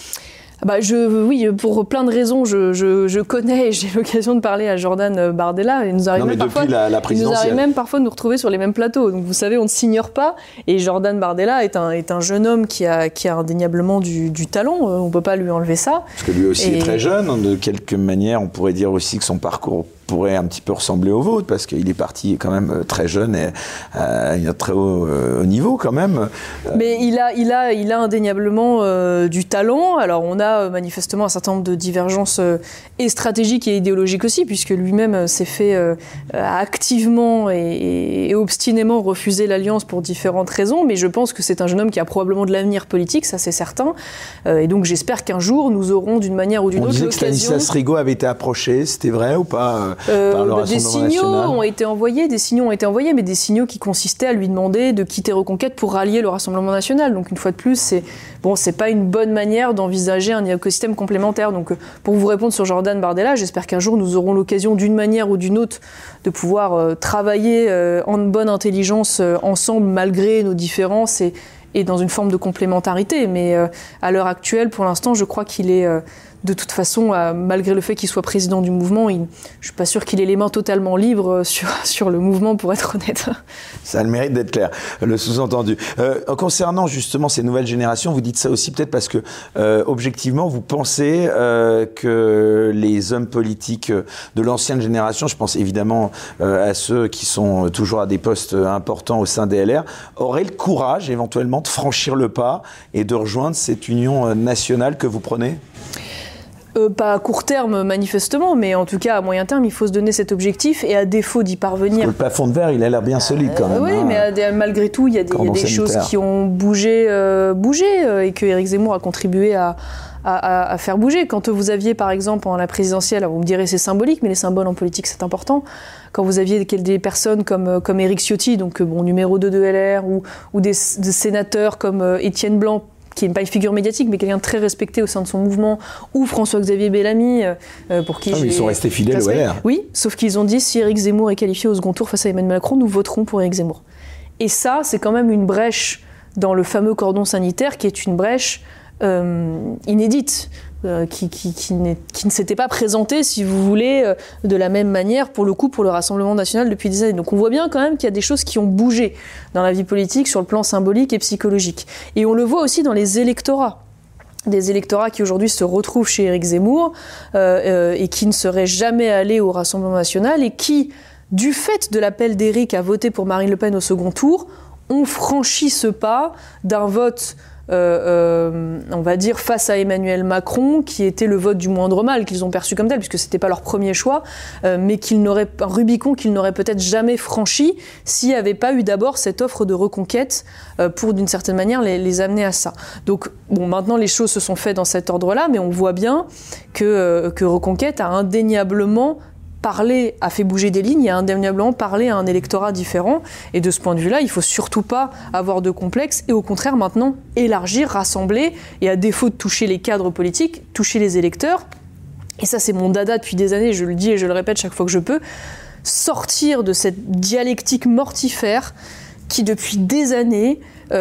Oui, pour plein de raisons, je connais et j'ai l'occasion de parler à Jordan Bardella. Il nous arrive même parfois de nous retrouver sur les mêmes plateaux. Donc vous savez, on ne s'ignore pas. Et Jordan Bardella est un jeune homme qui a indéniablement du talent. On ne peut pas lui enlever ça. Parce que lui aussi est très jeune. De quelque manière, on pourrait dire aussi que son parcours pourrait un petit peu ressembler au vôtre, parce qu'il est parti quand même très jeune et à un très haut niveau quand même. Mais il a indéniablement du talent. Alors on a manifestement un certain nombre de divergences et stratégiques et idéologiques aussi, puisque lui-même s'est fait activement et obstinément refuser l'alliance pour différentes raisons, mais je pense que c'est un jeune homme qui a probablement de l'avenir politique, ça c'est certain. Et donc j'espère qu'un jour nous aurons d'une manière ou d'une autre l'occasion... On disait que Stanislas Rigaud avait été approché, c'était vrai ou pas par le Rassemblement des signaux ont été envoyés, mais des signaux qui consistaient à lui demander de quitter Reconquête pour rallier le Rassemblement national. Donc une fois de plus, c'est pas une bonne manine d'envisager un écosystème complémentaire. Donc pour vous répondre sur Jordan Bardella, j'espère qu'un jour nous aurons l'occasion d'une manière ou d'une autre de pouvoir travailler en bonne intelligence ensemble malgré nos différences et dans une forme de complémentarité. Mais à l'heure actuelle, pour l'instant, je crois qu'il est... de toute façon, malgré le fait qu'il soit président du mouvement, je ne suis pas sûr qu'il ait les mains totalement libres sur le mouvement, pour être honnête. Ça a le mérite d'être clair, le sous-entendu. Concernant justement ces nouvelles générations, vous dites ça aussi peut-être parce que, objectivement, vous pensez que les hommes politiques de l'ancienne génération, je pense évidemment à ceux qui sont toujours à des postes importants au sein des LR, auraient le courage éventuellement de franchir le pas et de rejoindre cette union nationale que vous prenez ? Pas à court terme, manifestement, mais en tout cas, à moyen terme, il faut se donner cet objectif, et à défaut d'y parvenir... Parce que le plafond de verre, il a l'air bien solide quand même. Oui, mais malgré tout, il y a des choses qui ont bougé, et que Éric Zemmour a contribué à à faire bouger. Quand vous aviez, par exemple, en la présidentielle, vous me direz c'est symbolique, mais les symboles en politique, c'est important. Quand vous aviez des personnes comme Éric Ciotti, donc numéro 2 de LR, ou des sénateurs comme Étienne Blanc, qui n'est pas une figure médiatique, mais quelqu'un de très respecté au sein de son mouvement, ou François-Xavier Bellamy, pour qui ils sont restés fidèles au LR. Oui, sauf qu'ils ont dit, si Éric Zemmour est qualifié au second tour face à Emmanuel Macron, nous voterons pour Éric Zemmour. Et ça, c'est quand même une brèche dans le fameux cordon sanitaire, qui est une brèche inédite, qui ne s'était pas présentée, si vous voulez, de la même manière, pour le coup, pour le Rassemblement national depuis des années. Donc on voit bien quand même qu'il y a des choses qui ont bougé dans la vie politique sur le plan symbolique et psychologique. Et on le voit aussi dans les électorats. Des électorats qui aujourd'hui se retrouvent chez Éric Zemmour et qui ne seraient jamais allés au Rassemblement national et qui, du fait de l'appel d'Éric à voter pour Marine Le Pen au second tour, ont franchi ce pas d'un vote on va dire face à Emmanuel Macron, qui était le vote du moindre mal, qu'ils ont perçu comme tel, puisque c'était pas leur premier choix, mais un Rubicon qu'ils n'auraient peut-être jamais franchi s'il n'y avait pas eu d'abord cette offre de reconquête pour d'une certaine manière les amener à ça. Donc bon, maintenant les choses se sont faites dans cet ordre-là, mais on voit bien que Reconquête a indéniablement a fait bouger des lignes, il a indéniablement parlé à un électorat différent. Et de ce point de vue-là, il ne faut surtout pas avoir de complexe et au contraire maintenant élargir, rassembler et à défaut de toucher les cadres politiques, toucher les électeurs. Et ça, c'est mon dada depuis des années, je le dis et je le répète chaque fois que je peux, sortir de cette dialectique mortifère qui, depuis des années,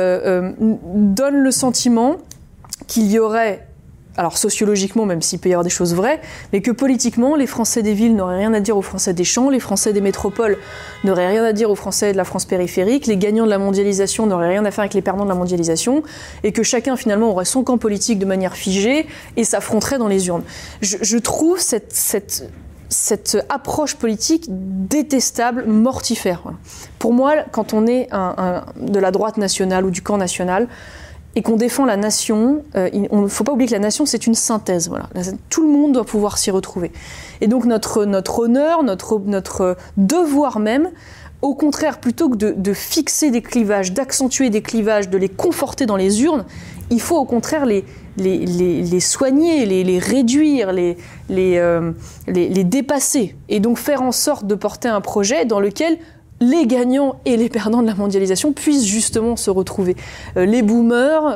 donne le sentiment qu'il y aurait, alors sociologiquement, même s'il peut y avoir des choses vraies, mais que politiquement, les Français des villes n'auraient rien à dire aux Français des champs, les Français des métropoles n'auraient rien à dire aux Français de la France périphérique, les gagnants de la mondialisation n'auraient rien à faire avec les perdants de la mondialisation, et que chacun finalement aurait son camp politique de manière figée et s'affronterait dans les urnes. Je trouve cette approche politique détestable, mortifère. Voilà. Pour moi, quand on est de la droite nationale ou du camp national, et qu'on défend la nation, il ne faut pas oublier que la nation, c'est une synthèse. Voilà. Tout le monde doit pouvoir s'y retrouver. Et donc notre honneur, notre devoir même, au contraire, plutôt que de fixer des clivages, d'accentuer des clivages, de les conforter dans les urnes, il faut au contraire les soigner, les réduire, les dépasser. Et donc faire en sorte de porter un projet dans lequel les gagnants et les perdants de la mondialisation puissent justement se retrouver. Les boomers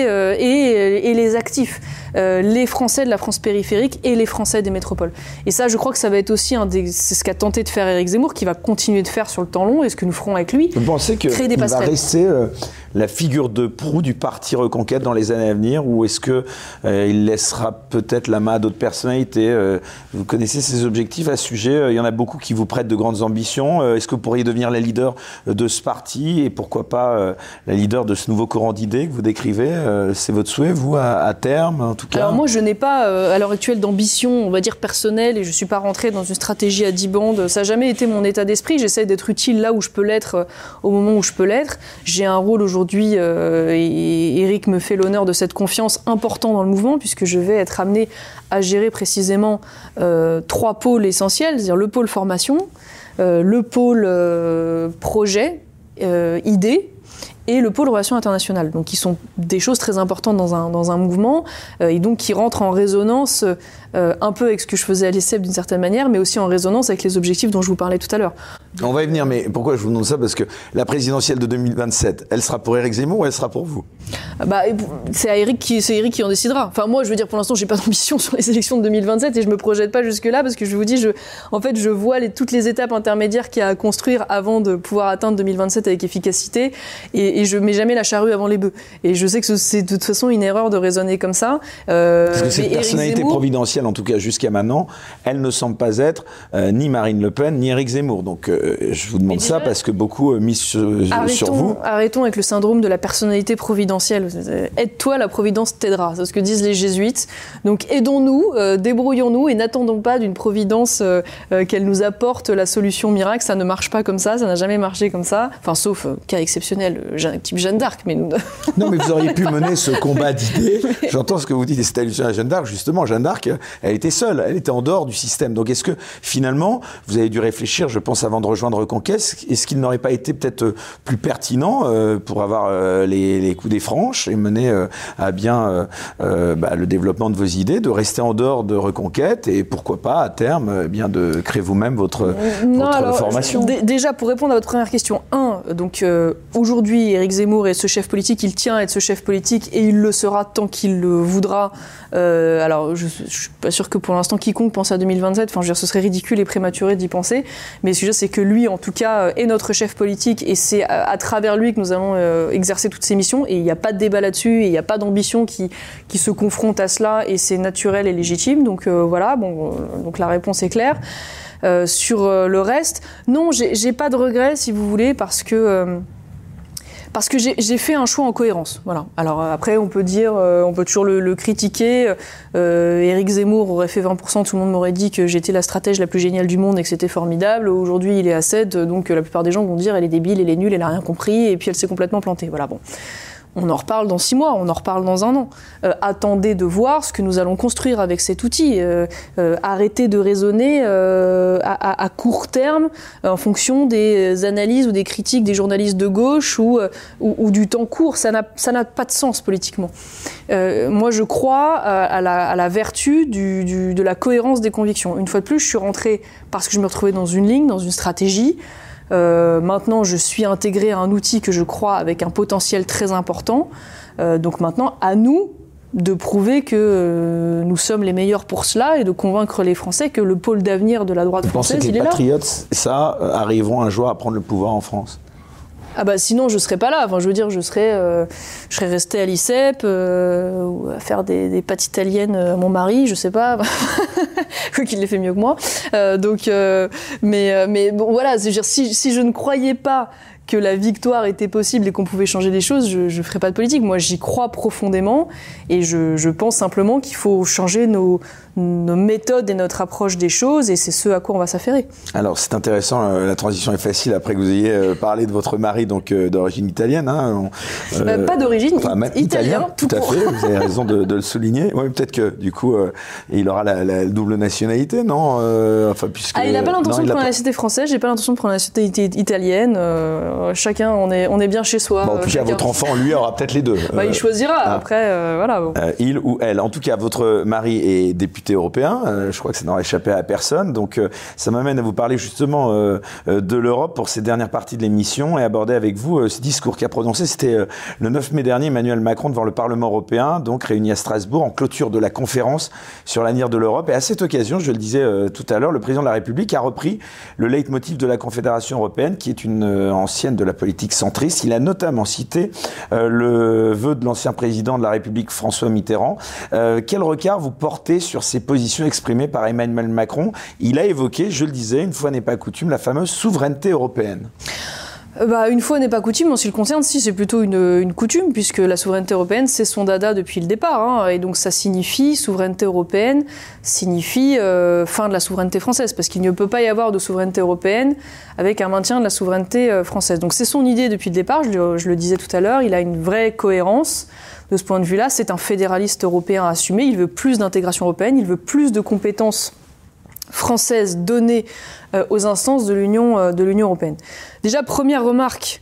et les actifs. Les Français de la France périphérique et les Français des métropoles. Et ça, je crois que ça va être aussi c'est ce qu'a tenté de faire Éric Zemmour, qui va continuer de faire sur le temps long, et ce que nous ferons avec lui. Vous pensez qu'il va rester la figure de proue du parti Reconquête dans les années à venir, ou est-ce qu'il laissera peut-être la main à d'autres personnalités? Vous connaissez ses objectifs à ce sujet, il y en a beaucoup qui vous prêtent de grandes ambitions. Est-ce que vous pourriez devenir la leader de ce parti, et pourquoi pas la leader de ce nouveau courant d'idées que vous décrivez? C'est votre souhait, vous, à terme, en tout cas? Alors moi, je n'ai pas, à l'heure actuelle, d'ambition, on va dire, personnelle, et je ne suis pas rentrée dans une stratégie à 10 bandes. Ça n'a jamais été mon état d'esprit. J'essaie d'être utile là où je peux l'être, au moment où je peux l'être. J'ai un rôle aujourd'hui, et Éric me fait l'honneur de cette confiance, important dans le mouvement, puisque je vais être amenée à gérer précisément 3 pôles essentiels, c'est-à-dire le pôle formation, le pôle projet, idée, et le pôle relations internationales, donc qui sont des choses très importantes dans un mouvement, et donc qui rentrent en résonance un peu avec ce que je faisais à l'ESSEP d'une certaine manière, mais aussi en résonance avec les objectifs dont je vous parlais tout à l'heure. On va y venir, mais pourquoi je vous demande ça? Parce que la présidentielle de 2027, elle sera pour Éric Zemmour ou elle sera pour vous? C'est Éric qui en décidera. Enfin, moi, je veux dire, pour l'instant, j'ai pas d'ambition sur les élections de 2027 et je me projette pas jusque-là, parce que je vous dis, je vois toutes les étapes intermédiaires qu'il y a à construire avant de pouvoir atteindre 2027 avec efficacité, et je mets jamais la charrue avant les bœufs. Et je sais que c'est de toute façon une erreur de raisonner comme ça. Parce que cette personnalité providentielle, en tout cas jusqu'à maintenant, elle ne semble pas être ni Marine Le Pen, ni Éric Zemmour. Donc je vous demande ça parce que beaucoup misent sur vous. Arrêtons avec le syndrome de la personnalité providentielle. Aide-toi, la providence t'aidera. C'est ce que disent les jésuites. Donc aidons-nous, débrouillons-nous et n'attendons pas d'une providence qu'elle nous apporte la solution miracle. Ça ne marche pas comme ça n'a jamais marché comme ça. Enfin, sauf cas exceptionnel, jamais. type Jeanne d'Arc, mais nous... Non, mais vous auriez pu mener ce combat d'idées. J'entends ce que vous dites, et cette allusion à Jeanne d'Arc. Justement, Jeanne d'Arc, elle était seule, elle était en dehors du système. Donc, est-ce que finalement, vous avez dû réfléchir, je pense, avant de rejoindre Reconquête, est-ce qu'il n'aurait pas été peut-être plus pertinent pour avoir les coups des franches et mener à bien le développement de vos idées, de rester en dehors de Reconquête et pourquoi pas, à terme, bien de créer vous-même votre formation? Déjà, pour répondre à votre première question, aujourd'hui, Éric Zemmour est ce chef politique, il tient à être ce chef politique et il le sera tant qu'il le voudra. Alors, je ne suis pas sûre que pour l'instant quiconque pense à 2027, enfin, je veux dire, ce serait ridicule et prématuré d'y penser, mais ce que je veux dire, c'est que lui, en tout cas, est notre chef politique et c'est à travers lui que nous allons exercer toutes ces missions et il n'y a pas de débat là-dessus et il n'y a pas d'ambition qui se confronte à cela et c'est naturel et légitime, donc voilà, donc la réponse est claire. Sur le reste, non, j'ai pas de regrets, si vous voulez, parce que j'ai fait un choix en cohérence. Voilà. Alors après, on peut toujours le critiquer. Éric Zemmour aurait fait 20%, tout le monde m'aurait dit que j'étais la stratège la plus géniale du monde et que c'était formidable. Aujourd'hui, il est à 7, donc la plupart des gens vont dire elle est débile, elle est nulle, elle a rien compris, et puis elle s'est complètement plantée. Voilà, bon. On en reparle dans 6 mois, on en reparle dans 1 an. Attendez de voir ce que nous allons construire avec cet outil. Arrêtez de raisonner à court terme en fonction des analyses ou des critiques des journalistes de gauche ou du temps court. Ça n'a pas de sens politiquement. Moi, je crois à la vertu de la cohérence des convictions. Une fois de plus, je suis rentrée parce que je me retrouvais dans une ligne, dans une stratégie. Maintenant, je suis intégrée à un outil que je crois avec un potentiel très important. Donc maintenant, à nous de prouver que nous sommes les meilleurs pour cela et de convaincre les Français que le pôle d'avenir de la droite française, il est là. Vous pensez que les patriotes, arriveront un jour à prendre le pouvoir en France ? Ah bah sinon je serais pas là. Enfin je veux dire je serais restée à l'ICEP ou à faire des pâtes italiennes à mon mari, je sais pas. Qu'il les fait mieux que moi. Mais bon voilà, c'est-à-dire si je ne croyais pas que la victoire était possible et qu'on pouvait changer les choses, je ferais pas de politique. Moi, j'y crois profondément et je pense simplement qu'il faut changer nos méthodes et notre approche des choses et c'est ce à quoi on va s'affairer. Alors, c'est intéressant, la transition est facile après que vous ayez parlé de votre mari, donc d'origine italienne. Hein, pas d'origine, italienne. Tout à fait, vous avez raison de le souligner. Oui, peut-être que, du coup, il aura la double nationalité, non il n'a pas l'intention de prendre la nationalité française, j'ai pas l'intention de prendre la nationalité italienne. Chacun, on est bien chez soi. Bon, en tout cas, votre enfant, lui, aura peut-être les deux. Il choisira. Après, voilà. Bon. Il ou elle. En tout cas, votre mari est député européen. Je crois que ça n'aura échappé à personne. Donc, ça m'amène à vous parler justement de l'Europe pour ces dernières parties de l'émission et aborder avec vous ce discours qu'a prononcé. C'était le 9 mai dernier, Emmanuel Macron devant le Parlement européen, donc réuni à Strasbourg en clôture de la conférence sur l'avenir de l'Europe. Et à cette occasion, je le disais tout à l'heure, le président de la République a repris le leitmotiv de la Confédération européenne, qui est une ancienne de la politique centriste. Il a notamment cité le vœu de l'ancien président de la République, François Mitterrand. Quel regard vous portez sur ces positions exprimées par Emmanuel Macron ? Il a évoqué, je le disais, une fois n'est pas coutume, la fameuse souveraineté européenne. Une fois n'est pas coutume, en ce qui le concerne, si c'est plutôt une coutume, puisque la souveraineté européenne, c'est son dada depuis le départ. Hein, et donc ça signifie, souveraineté européenne, signifie fin de la souveraineté française, parce qu'il ne peut pas y avoir de souveraineté européenne avec un maintien de la souveraineté française. Donc c'est son idée depuis le départ, je le disais tout à l'heure, il a une vraie cohérence. De ce point de vue-là, c'est un fédéraliste européen assumé, il veut plus d'intégration européenne, il veut plus de compétences françaises données aux instances de l'Union européenne. Déjà, première remarque,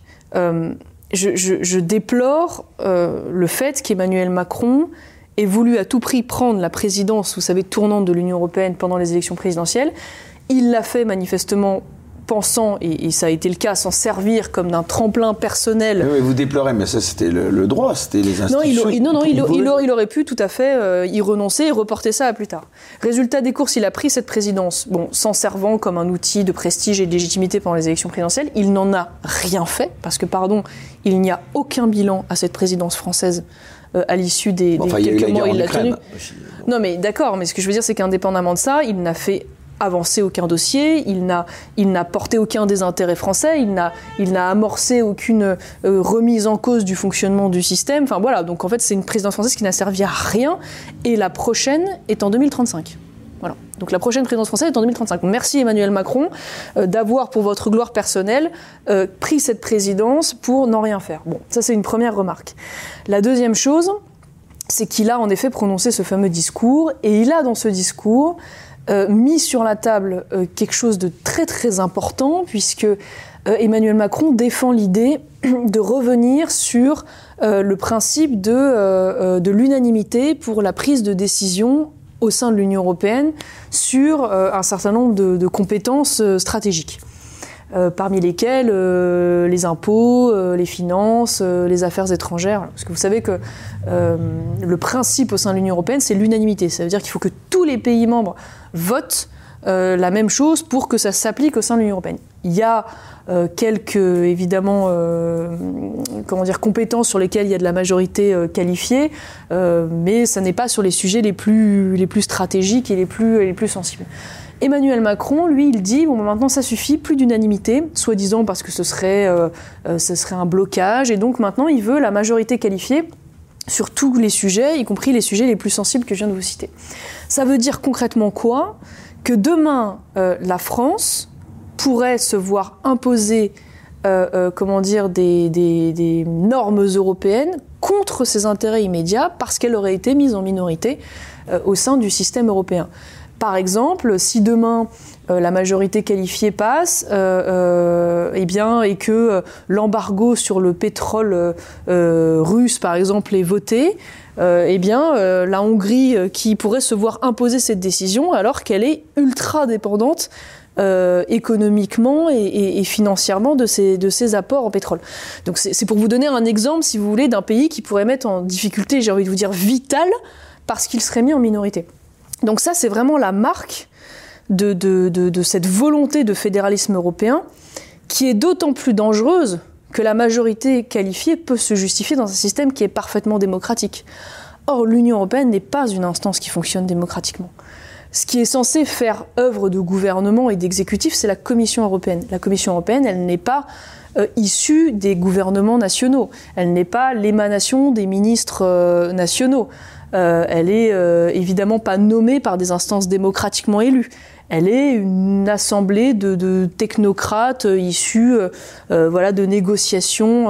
je déplore le fait qu'Emmanuel Macron ait voulu à tout prix prendre la présidence, vous savez, tournante de l'Union européenne pendant les élections présidentielles. Il l'a fait manifestement pensant, et ça a été le cas, s'en servir comme d'un tremplin personnel. Oui, vous déplorez, mais ça c'était le droit, c'était les institutions. Il aurait pu tout à fait y renoncer et reporter ça à plus tard. Résultat des courses, il a pris cette présidence, s'en servant comme un outil de prestige et de légitimité pendant les élections présidentielles. Il n'en a rien fait, parce que, il n'y a aucun bilan à cette présidence française à l'issue des quelques mois où il l'a tenue. Non mais d'accord, mais ce que je veux dire, c'est qu'indépendamment de ça, il n'a fait avancer aucun dossier, il n'a porté aucun désintérêt français, il n'a amorcé aucune remise en cause du fonctionnement du système. Enfin voilà, donc en fait c'est une présidence française qui n'a servi à rien et la prochaine est en 2035. Voilà. Donc la prochaine présidence française est en 2035. Merci Emmanuel Macron d'avoir, pour votre gloire personnelle, pris cette présidence pour n'en rien faire. Bon, ça c'est une première remarque. La deuxième chose, c'est qu'il a en effet prononcé ce fameux discours, et il a dans ce discours mis sur la table quelque chose de très très important, puisque Emmanuel Macron défend l'idée de revenir sur le principe de l'unanimité pour la prise de décision au sein de l'Union européenne sur un certain nombre de compétences stratégiques, parmi lesquelles les impôts, les finances, les affaires étrangères. Parce que vous savez que le principe au sein de l'Union européenne, c'est l'unanimité. Ça veut dire qu'il faut que tous les pays membres votent la même chose pour que ça s'applique au sein de l'Union européenne. Il y a quelques, évidemment, compétences sur lesquelles il y a de la majorité qualifiée, mais ça n'est pas sur les sujets les plus stratégiques et les plus sensibles. Emmanuel Macron, lui, il dit bon, maintenant ça suffit, plus d'unanimité, soi-disant parce que ce serait un blocage, et donc maintenant il veut la majorité qualifiée sur tous les sujets, y compris les sujets les plus sensibles que je viens de vous citer. Ça veut dire concrètement quoi ? Que demain, la France pourrait se voir imposer des normes européennes contre ses intérêts immédiats parce qu'elle aurait été mise en minorité au sein du système européen. Par exemple, si demain la majorité qualifiée passe, et que l'embargo sur le pétrole russe, par exemple, est voté, la Hongrie qui pourrait se voir imposer cette décision alors qu'elle est ultra dépendante économiquement et financièrement de ses apports en pétrole. Donc c'est pour vous donner un exemple, si vous voulez, d'un pays qui pourrait mettre en difficulté, j'ai envie de vous dire vitale, parce qu'il serait mis en minorité. Donc ça, c'est vraiment la marque de cette volonté de fédéralisme européen qui est d'autant plus dangereuse que la majorité qualifiée peut se justifier dans un système qui est parfaitement démocratique. Or, l'Union européenne n'est pas une instance qui fonctionne démocratiquement. Ce qui est censé faire œuvre de gouvernement et d'exécutif, c'est la Commission européenne. La Commission européenne, elle n'est pas issue des gouvernements nationaux. Elle n'est pas l'émanation des ministres nationaux. Elle est évidemment pas nommée par des instances démocratiquement élues. Elle est une assemblée de technocrates issus de négociations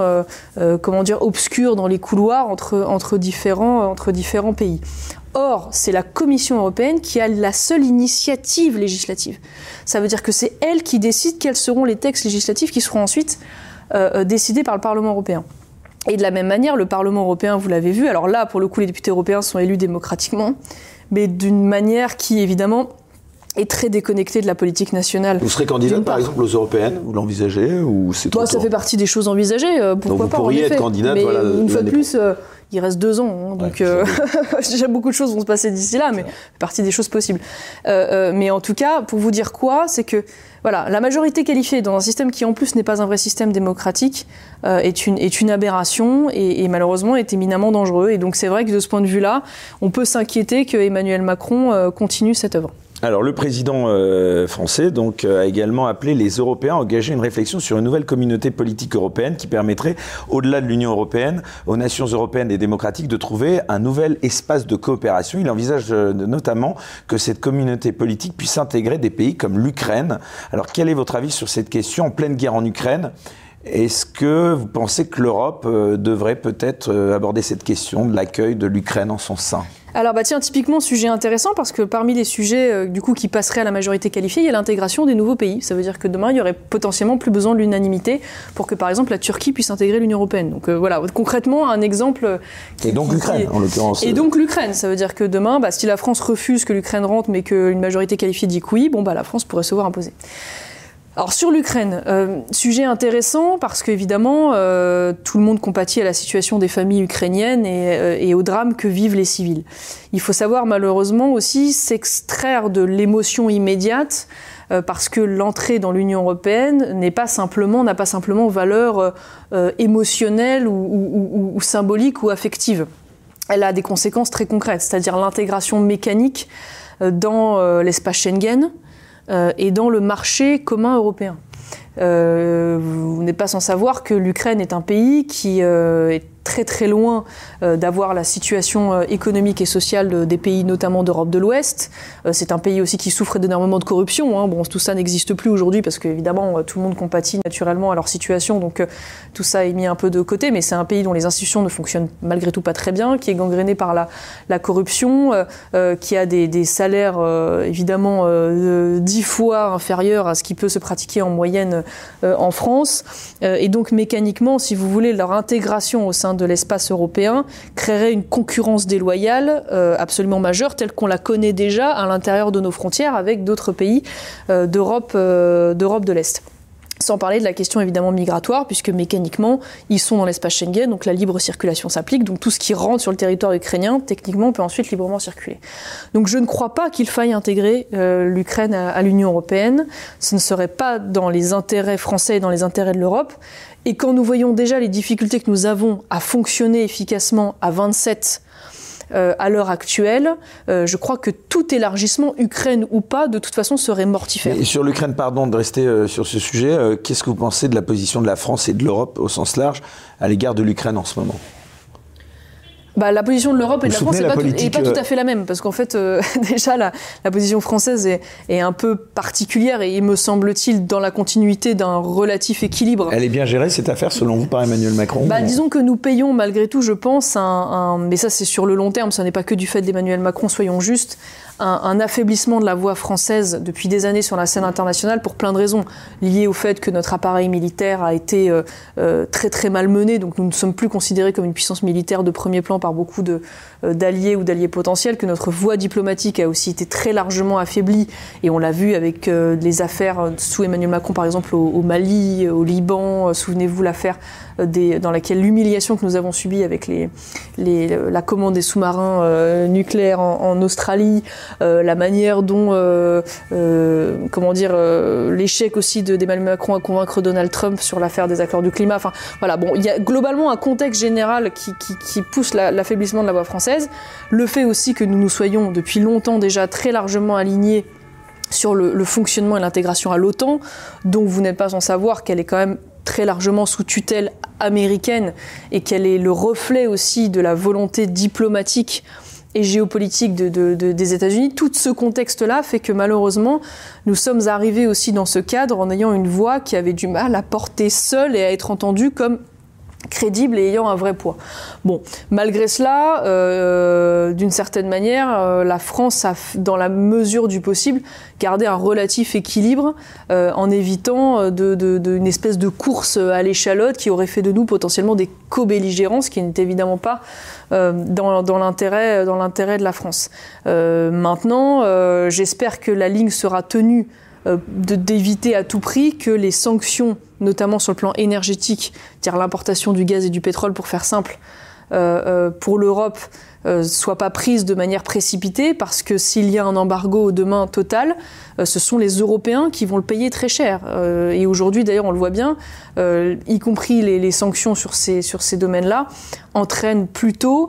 obscures dans les couloirs entre différents pays. Or, c'est la Commission européenne qui a la seule initiative législative. Ça veut dire que c'est elle qui décide quels seront les textes législatifs qui seront ensuite décidés par le Parlement européen. Et de la même manière, le Parlement européen, vous l'avez vu, alors là, pour le coup, les députés européens sont élus démocratiquement, mais d'une manière qui, évidemment, est très déconnectée de la politique nationale. Vous serez candidate, par exemple, aux européennes, vous l'envisagez, ou c'est trop tôt ? Ça fait partie des choses envisagées, pourquoi pas, en effet. Donc vous pourriez être candidate, mais une fois de plus, il reste 2 ans, donc déjà beaucoup de choses vont se passer d'ici là, mais ça fait partie des choses possibles. Mais en tout cas, pour vous dire quoi, c'est que la majorité qualifiée dans un système qui en plus n'est pas un vrai système démocratique est une aberration et malheureusement est éminemment dangereux. Et donc c'est vrai que de ce point de vue-là, on peut s'inquiéter que Emmanuel Macron continue cette œuvre. Alors le président français a également appelé les Européens à engager une réflexion sur une nouvelle communauté politique européenne qui permettrait, au-delà de l'Union européenne, aux nations européennes et démocratiques de trouver un nouvel espace de coopération. Il envisage notamment que cette communauté politique puisse intégrer des pays comme l'Ukraine. Alors quel est votre avis sur cette question en pleine guerre en Ukraine ? Est-ce que vous pensez que l'Europe devrait peut-être aborder cette question de l'accueil de l'Ukraine en son sein ? Alors typiquement, sujet intéressant parce que parmi les sujets qui passeraient à la majorité qualifiée, il y a l'intégration des nouveaux pays. Ça veut dire que demain, il y aurait potentiellement plus besoin de l'unanimité pour que, par exemple, la Turquie puisse intégrer l'Union européenne. Donc concrètement, un exemple... Et donc l'Ukraine, en l'occurrence. Et donc l'Ukraine, ça veut dire que demain, si la France refuse que l'Ukraine rentre mais qu'une majorité qualifiée dit que oui, la France pourrait se voir imposer. Alors sur l'Ukraine, sujet intéressant parce qu'évidemment tout le monde compatit à la situation des familles ukrainiennes et au drame que vivent les civils. Il faut savoir malheureusement aussi s'extraire de l'émotion immédiate parce que l'entrée dans l'Union européenne n'a pas simplement valeur émotionnelle ou symbolique ou affective. Elle a des conséquences très concrètes, c'est-à-dire l'intégration mécanique dans l'espace Schengen, et dans le marché commun européen. Vous n'êtes pas sans savoir que l'Ukraine est un pays qui est très très loin d'avoir la situation économique et sociale des pays notamment d'Europe de l'Ouest. C'est un pays aussi qui souffre d'énormément de corruption, hein. Bon, tout ça n'existe plus aujourd'hui parce qu'évidemment tout le monde compatit naturellement à leur situation, donc tout ça est mis un peu de côté, mais c'est un pays dont les institutions ne fonctionnent malgré tout pas très bien, qui est gangréné par la corruption, qui a des salaires évidemment 10 fois inférieurs à ce qui peut se pratiquer en moyenne en France, et donc mécaniquement, si vous voulez, leur intégration au sein de l'espace européen créerait une concurrence déloyale absolument majeure, telle qu'on la connaît déjà à l'intérieur de nos frontières avec d'autres pays d'Europe de l'Est. Sans parler de la question évidemment migratoire, puisque mécaniquement, ils sont dans l'espace Schengen, donc la libre circulation s'applique, donc tout ce qui rentre sur le territoire ukrainien, techniquement, peut ensuite librement circuler. Donc je ne crois pas qu'il faille intégrer l'Ukraine à l'Union européenne, ce ne serait pas dans les intérêts français et dans les intérêts de l'Europe, et quand nous voyons déjà les difficultés que nous avons à fonctionner efficacement à 27 à l'heure actuelle, je crois que tout élargissement, Ukraine ou pas, de toute façon serait mortifère. Et sur l'Ukraine, pardon de rester sur ce sujet, qu'est-ce que vous pensez de la position de la France et de l'Europe au sens large à l'égard de l'Ukraine en ce moment ? La position de l'Europe et de la France n'est pas tout à fait la même, parce qu'en fait, déjà, la position française est un peu particulière et, me semble-t-il, dans la continuité d'un relatif équilibre. Elle est bien gérée, cette affaire, selon vous, par Emmanuel Macron ? Disons que nous payons, malgré tout, je pense, mais ça c'est sur le long terme, ça n'est pas que du fait d'Emmanuel Macron, soyons justes, un affaiblissement de la voix française depuis des années sur la scène internationale pour plein de raisons, liées au fait que notre appareil militaire a été très très mal mené, donc nous ne sommes plus considérés comme une puissance militaire de premier plan par beaucoup d'alliés ou d'alliés potentiels, que notre voix diplomatique a aussi été très largement affaiblie, et on l'a vu avec les affaires sous Emmanuel Macron, par exemple au Mali, au Liban, souvenez-vous l'affaire dans laquelle l'humiliation que nous avons subie avec la commande des sous-marins nucléaires en Australie, la manière dont l'échec aussi d'Emmanuel Macron à convaincre Donald Trump sur l'affaire des accords du climat. Enfin voilà, bon, il y a globalement un contexte général qui pousse l'affaiblissement de la voix française, le fait aussi que nous soyons depuis longtemps déjà très largement alignés sur le fonctionnement et l'intégration à l'OTAN, dont vous n'êtes pas sans savoir qu'elle est quand même très largement sous tutelle américaine et qu'elle est le reflet aussi de la volonté diplomatique et géopolitique des États-Unis. Tout ce contexte-là fait que malheureusement, nous sommes arrivés aussi dans ce cadre en ayant une voix qui avait du mal à porter seule et à être entendue comme crédible et ayant un vrai poids. Bon, malgré cela, d'une certaine manière, la France a, dans la mesure du possible, gardé un relatif équilibre en évitant une espèce de course à l'échalote qui aurait fait de nous potentiellement des co-belligérants, ce qui n'est évidemment pas dans l'intérêt de la France. Maintenant, j'espère que la ligne sera tenue d'éviter à tout prix que les sanctions, notamment sur le plan énergétique, c'est-à-dire l'importation du gaz et du pétrole pour faire simple, pour l'Europe, soient pas prises de manière précipitée, parce que s'il y a un embargo demain total, ce sont les Européens qui vont le payer très cher. Et aujourd'hui, d'ailleurs, on le voit bien, y compris les sanctions sur ces domaines-là, entraînent plutôt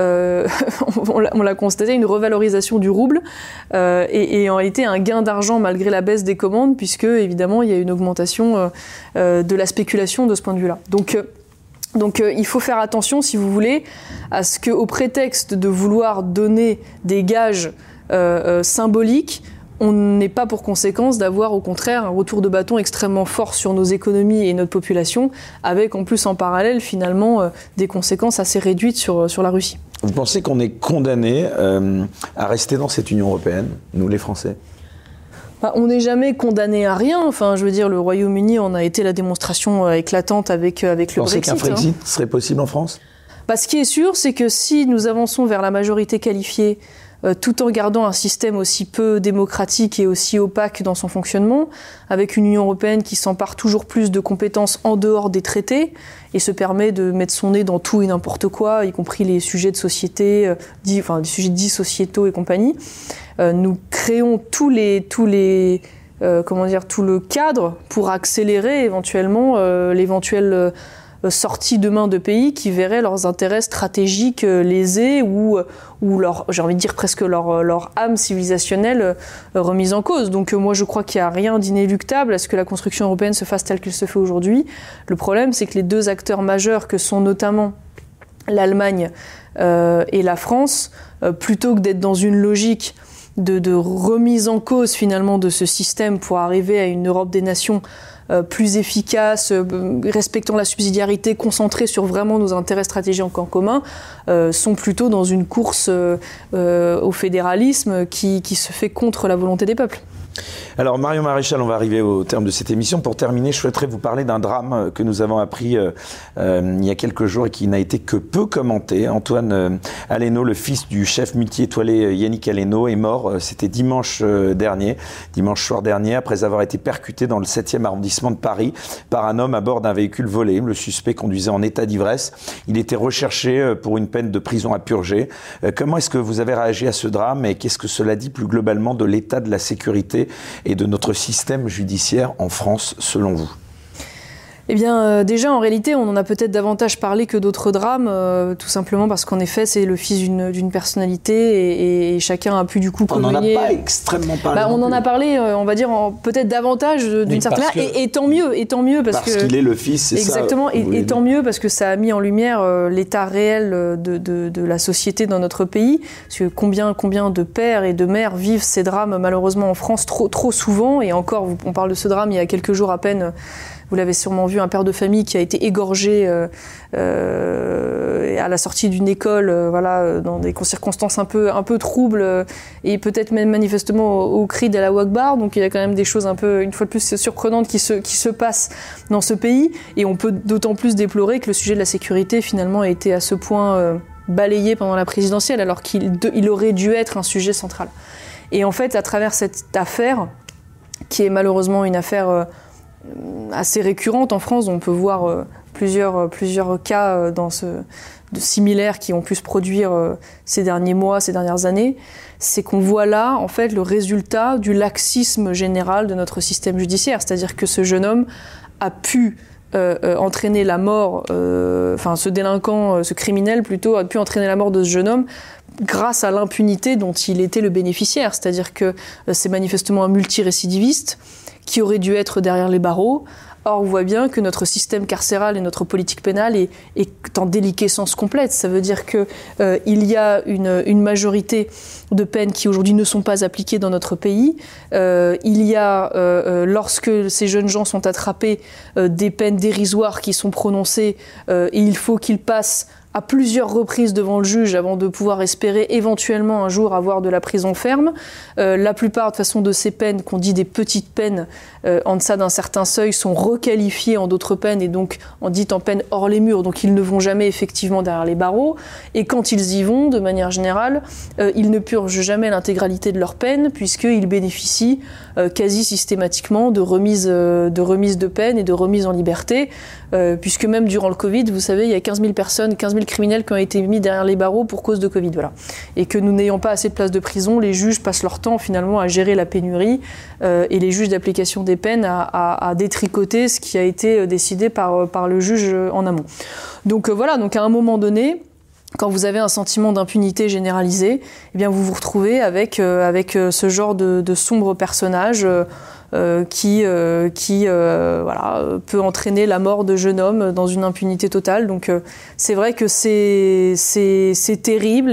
on l'a constaté, une revalorisation du rouble et en réalité un gain d'argent malgré la baisse des commandes, puisque évidemment il y a une augmentation de la spéculation de ce point de vue-là. Donc il faut faire attention, si vous voulez, à ce qu'au prétexte de vouloir donner des gages symboliques, on n'ait pas pour conséquence d'avoir au contraire un retour de bâton extrêmement fort sur nos économies et notre population, avec en plus en parallèle finalement des conséquences assez réduites sur la Russie. Vous pensez qu'on est condamné à rester dans cette Union européenne, nous les Français ? On n'est jamais condamné à rien. Enfin, je veux dire, le Royaume-Uni en a été la démonstration éclatante avec le Brexit. Vous pensez qu'un Brexit serait possible en France ? Ce qui est sûr, c'est que si nous avançons vers la majorité qualifiée, tout en gardant un système aussi peu démocratique et aussi opaque dans son fonctionnement, avec une Union européenne qui s'empare toujours plus de compétences en dehors des traités et se permet de mettre son nez dans tout et n'importe quoi, y compris les sujets de société, des sujets dits sociétaux et compagnie. Nous créons tout le cadre pour accélérer éventuellement l'éventuelle sortie demain de pays qui verraient leurs intérêts stratégiques lésés ou j'ai envie de dire presque leur âme civilisationnelle remise en cause. Donc moi je crois qu'il n'y a rien d'inéluctable à ce que la construction européenne se fasse telle qu'elle se fait aujourd'hui. Le problème, c'est que les deux acteurs majeurs que sont notamment l'Allemagne et la France, plutôt que d'être dans une logique de remise en cause finalement de ce système pour arriver à une Europe des nations plus efficace, respectant la subsidiarité, concentrée sur vraiment nos intérêts stratégiques en commun, sont plutôt dans une course au fédéralisme qui se fait contre la volonté des peuples. Alors Marion Maréchal, on va arriver au terme de cette émission. Pour terminer, je souhaiterais vous parler d'un drame que nous avons appris il y a quelques jours et qui n'a été que peu commenté. Antoine Aleno, le fils du chef multi-étoilé Yannick Aleno, est mort. C'était dimanche soir dernier, après avoir été percuté dans le 7e arrondissement de Paris par un homme à bord d'un véhicule volé. Le suspect conduisait en état d'ivresse. Il était recherché pour une peine de prison à purger. Comment est-ce que vous avez réagi à ce drame et qu'est-ce que cela dit plus globalement de l'état de la sécurité et de notre système judiciaire en France, selon vous? Eh bien, déjà, en réalité, on en a peut-être davantage parlé que d'autres drames, tout simplement parce qu'en effet, c'est le fils d'une personnalité et chacun a pu du coup communier. On n'en a pas extrêmement parlé. On en a parlé, on va dire, peut-être davantage d'une certaine manière, et tant mieux, parce qu'il est le fils, c'est exactement, ça. Exactement, et tant mieux parce que ça a mis en lumière l'état réel de la société dans notre pays, parce que combien de pères et de mères vivent ces drames malheureusement en France trop souvent, et encore, on parle de ce drame il y a quelques jours à peine. Vous l'avez sûrement vu, un père de famille qui a été égorgé à la sortie d'une école, dans des circonstances un peu troubles et peut-être même manifestement au cri d'Allahu Akbar. Donc il y a quand même des choses un peu, une fois de plus, surprenantes qui se passent dans ce pays. Et on peut d'autant plus déplorer que le sujet de la sécurité finalement a été à ce point balayé pendant la présidentielle, alors qu'il aurait dû être un sujet central. Et en fait, à travers cette affaire, qui est malheureusement une affaire assez récurrente en France, on peut voir plusieurs cas similaires qui ont pu se produire ces derniers mois, ces dernières années, c'est qu'on voit là en fait le résultat du laxisme général de notre système judiciaire, c'est-à-dire que ce jeune homme a pu entraîner la mort, ce délinquant, ce criminel plutôt, a pu entraîner la mort de ce jeune homme grâce à l'impunité dont il était le bénéficiaire, c'est-à-dire que c'est manifestement un multirécidiviste qui aurait dû être derrière les barreaux. Or, on voit bien que notre système carcéral et notre politique pénale est en déliquescence complète. Ça veut dire qu'il y a une majorité de peines qui aujourd'hui ne sont pas appliquées dans notre pays. Il y a, lorsque ces jeunes gens sont attrapés, des peines dérisoires qui sont prononcées et il faut qu'ils passent à plusieurs reprises devant le juge avant de pouvoir espérer éventuellement un jour avoir de la prison ferme. La plupart de toute façon de ces peines, qu'on dit des petites peines en deçà d'un certain seuil, sont requalifiées en d'autres peines et donc dites en peines hors les murs, donc ils ne vont jamais effectivement derrière les barreaux. Et quand ils y vont, de manière générale, ils ne purgent jamais l'intégralité de leur peine puisqu'ils bénéficient quasi systématiquement de remise de peine et de remise en liberté, puisque même durant le Covid, vous savez, il y a 15 000 criminels qui ont été mis derrière les barreaux pour cause de Covid. Voilà. Et que nous n'ayons pas assez de places de prison, les juges passent leur temps finalement à gérer la pénurie et les juges d'application des peines à détricoter ce qui a été décidé par le juge en amont. Donc voilà, donc à un moment donné, quand vous avez un sentiment d'impunité généralisée, eh bien vous vous retrouvez avec ce genre de sombre personnage qui peut entraîner la mort de jeunes hommes dans une impunité totale. Donc c'est vrai que c'est terrible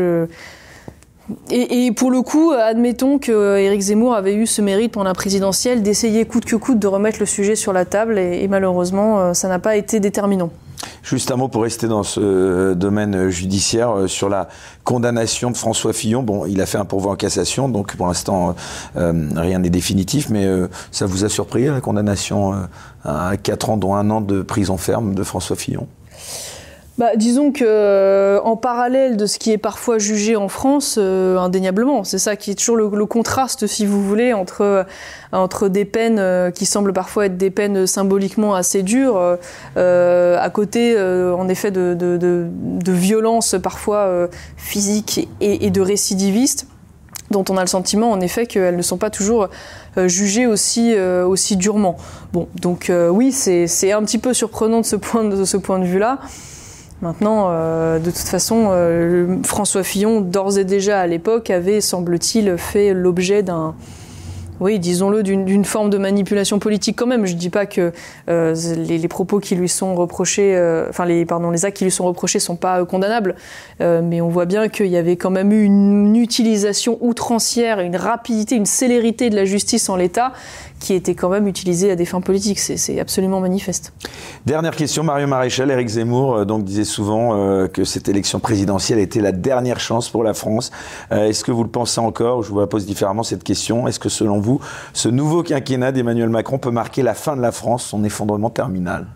et pour le coup, admettons que Éric Zemmour avait eu ce mérite pendant la présidentielle d'essayer coûte que coûte de remettre le sujet sur la table et malheureusement ça n'a pas été déterminant. Juste un mot pour rester dans ce domaine judiciaire sur la condamnation de François Fillon. Bon, il a fait un pourvoi en cassation, donc pour l'instant rien n'est définitif, mais ça vous a surpris la condamnation à 4 ans, dont 1 an de prison ferme de François Fillon ? Disons que en parallèle de ce qui est parfois jugé en France, indéniablement, c'est ça qui est toujours le contraste, si vous voulez, entre des peines qui semblent parfois être des peines symboliquement assez dures, à côté, en effet, de violences parfois physiques et de récidivistes, dont on a le sentiment, en effet, qu'elles ne sont pas toujours jugées aussi durement. Bon, donc oui, c'est un petit peu surprenant de ce point de vue-là. Maintenant, de toute façon, François Fillon, d'ores et déjà à l'époque, avait, semble-t-il, fait l'objet Oui, disons-le, d'une forme de manipulation politique quand même. Je ne dis pas que les propos qui lui sont reprochés, les actes qui lui sont reprochés ne sont pas condamnables, mais on voit bien qu'il y avait quand même eu une utilisation outrancière, une rapidité, une célérité de la justice en l'état qui était quand même utilisée à des fins politiques. C'est absolument manifeste. Dernière question, Marion Maréchal. Éric Zemmour disait souvent que cette élection présidentielle était la dernière chance pour la France. Est-ce que vous le pensez encore? Je vous la pose différemment cette question. Est-ce que selon vous, ce nouveau quinquennat d'Emmanuel Macron peut marquer la fin de la France, son effondrement terminal?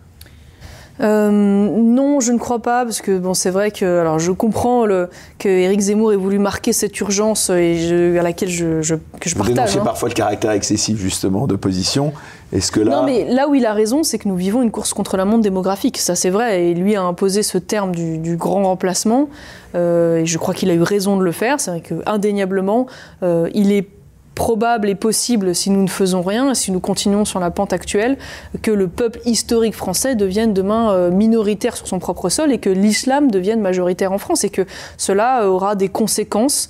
Non, je ne crois pas, parce que c'est vrai que je comprends que Éric Zemmour ait voulu marquer cette urgence à laquelle je partage. Vous dénoncez parfois le caractère excessif justement d'opposition. Est-ce que là... Non, mais là où il a raison, c'est que nous vivons une course contre la montre démographique. Ça, c'est vrai. Et lui a imposé ce terme du grand remplacement. Et je crois qu'il a eu raison de le faire. C'est vrai qu'indéniablement, il est probable et possible, si nous ne faisons rien, si nous continuons sur la pente actuelle, que le peuple historique français devienne demain minoritaire sur son propre sol et que l'islam devienne majoritaire en France et que cela aura des conséquences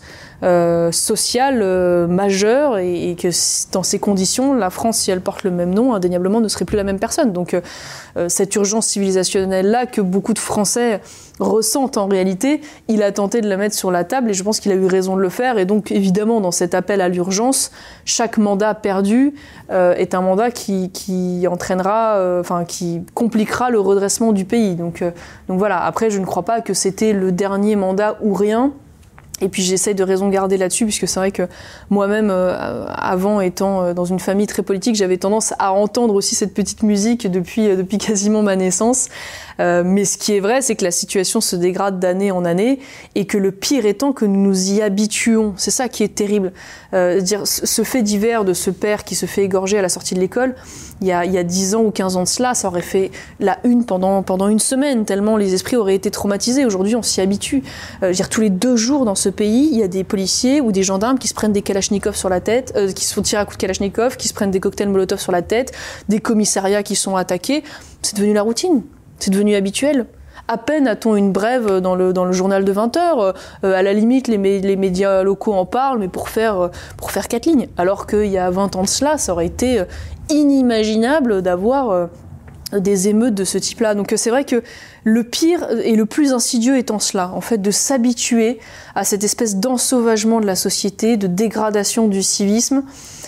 sociales majeures et que dans ces conditions, la France, si elle porte le même nom, indéniablement ne serait plus la même personne. Donc cette urgence civilisationnelle-là que beaucoup de Français ressentent en réalité, il a tenté de la mettre sur la table et je pense qu'il a eu raison de le faire. Et donc évidemment, dans cet appel à l'urgence, chaque mandat perdu est un mandat qui entraînera, qui compliquera le redressement du pays. Donc voilà, après je ne crois pas que c'était le dernier mandat ou rien. Et puis j'essaye de raison garder là-dessus, puisque c'est vrai que moi-même, avant étant dans une famille très politique, j'avais tendance à entendre aussi cette petite musique depuis quasiment ma naissance. Mais ce qui est vrai, c'est que la situation se dégrade d'année en année et que le pire étant que nous nous y habituons. C'est ça qui est terrible. Ce fait divers de ce père qui se fait égorger à la sortie de l'école, il y a 10 ans ou 15 ans de cela, ça aurait fait la une pendant une semaine, tellement les esprits auraient été traumatisés. Aujourd'hui, on s'y habitue. Tous les 2 jours dans ce pays, il y a des policiers ou des gendarmes qui se prennent des kalachnikovs sur la tête, qui se font tirer à coups de kalachnikov, qui se prennent des cocktails Molotov sur la tête, des commissariats qui sont attaqués. C'est devenu la routine. C'est devenu habituel. À peine a-t-on une brève dans le journal de 20h. À la limite, les médias locaux en parlent, mais pour faire 4 lignes. Alors qu'il y a 20 ans de cela, ça aurait été inimaginable d'avoir des émeutes de ce type-là. Donc c'est vrai que le pire et le plus insidieux étant cela, en fait, de s'habituer à cette espèce d'ensauvagement de la société, de dégradation du civisme,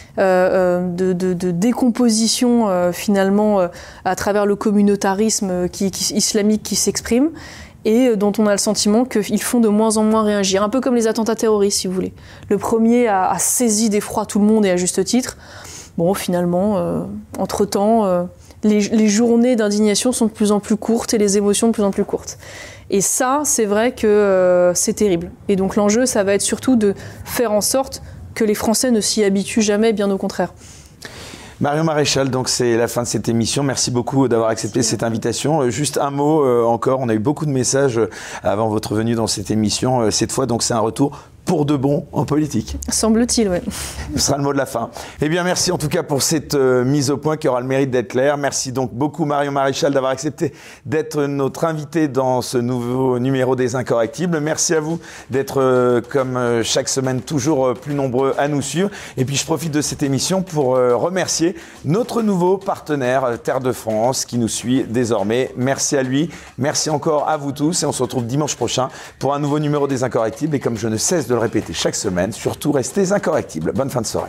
de décomposition finalement à travers le communautarisme islamique qui s'exprime et dont on a le sentiment qu'ils font de moins en moins réagir. Un peu comme les attentats terroristes, si vous voulez. Le premier a saisi d'effroi tout le monde et à juste titre. Bon, finalement, entre-temps, les journées d'indignation sont de plus en plus courtes et les émotions de plus en plus courtes. Et ça, c'est vrai que c'est terrible. Et donc l'enjeu, ça va être surtout de faire en sorte que les Français ne s'y habituent jamais, bien au contraire. Marion Maréchal, donc c'est la fin de cette émission. Merci beaucoup d'avoir accepté cette invitation. Juste un mot encore, on a eu beaucoup de messages avant votre venue dans cette émission. Cette fois, donc c'est un retour pour de bon en politique. Semble-t-il, oui. Ce sera le mot de la fin. Eh bien, merci en tout cas pour cette mise au point qui aura le mérite d'être claire. Merci donc beaucoup Marion Maréchal d'avoir accepté d'être notre invitée dans ce nouveau numéro des Incorrectibles. Merci à vous d'être comme chaque semaine toujours plus nombreux à nous suivre. Et puis je profite de cette émission pour remercier notre nouveau partenaire Terre de France qui nous suit désormais. Merci à lui. Merci encore à vous tous et on se retrouve dimanche prochain pour un nouveau numéro des Incorrectibles. Et comme je ne cesse de le répéter chaque semaine, surtout restez incorrectibles. Bonne fin de soirée.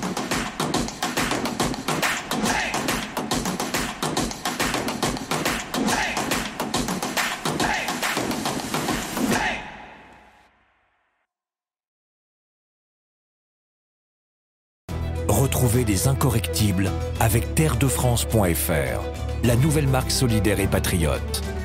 Retrouvez les Incorrectibles avec terredefrance.fr, la nouvelle marque solidaire et patriote.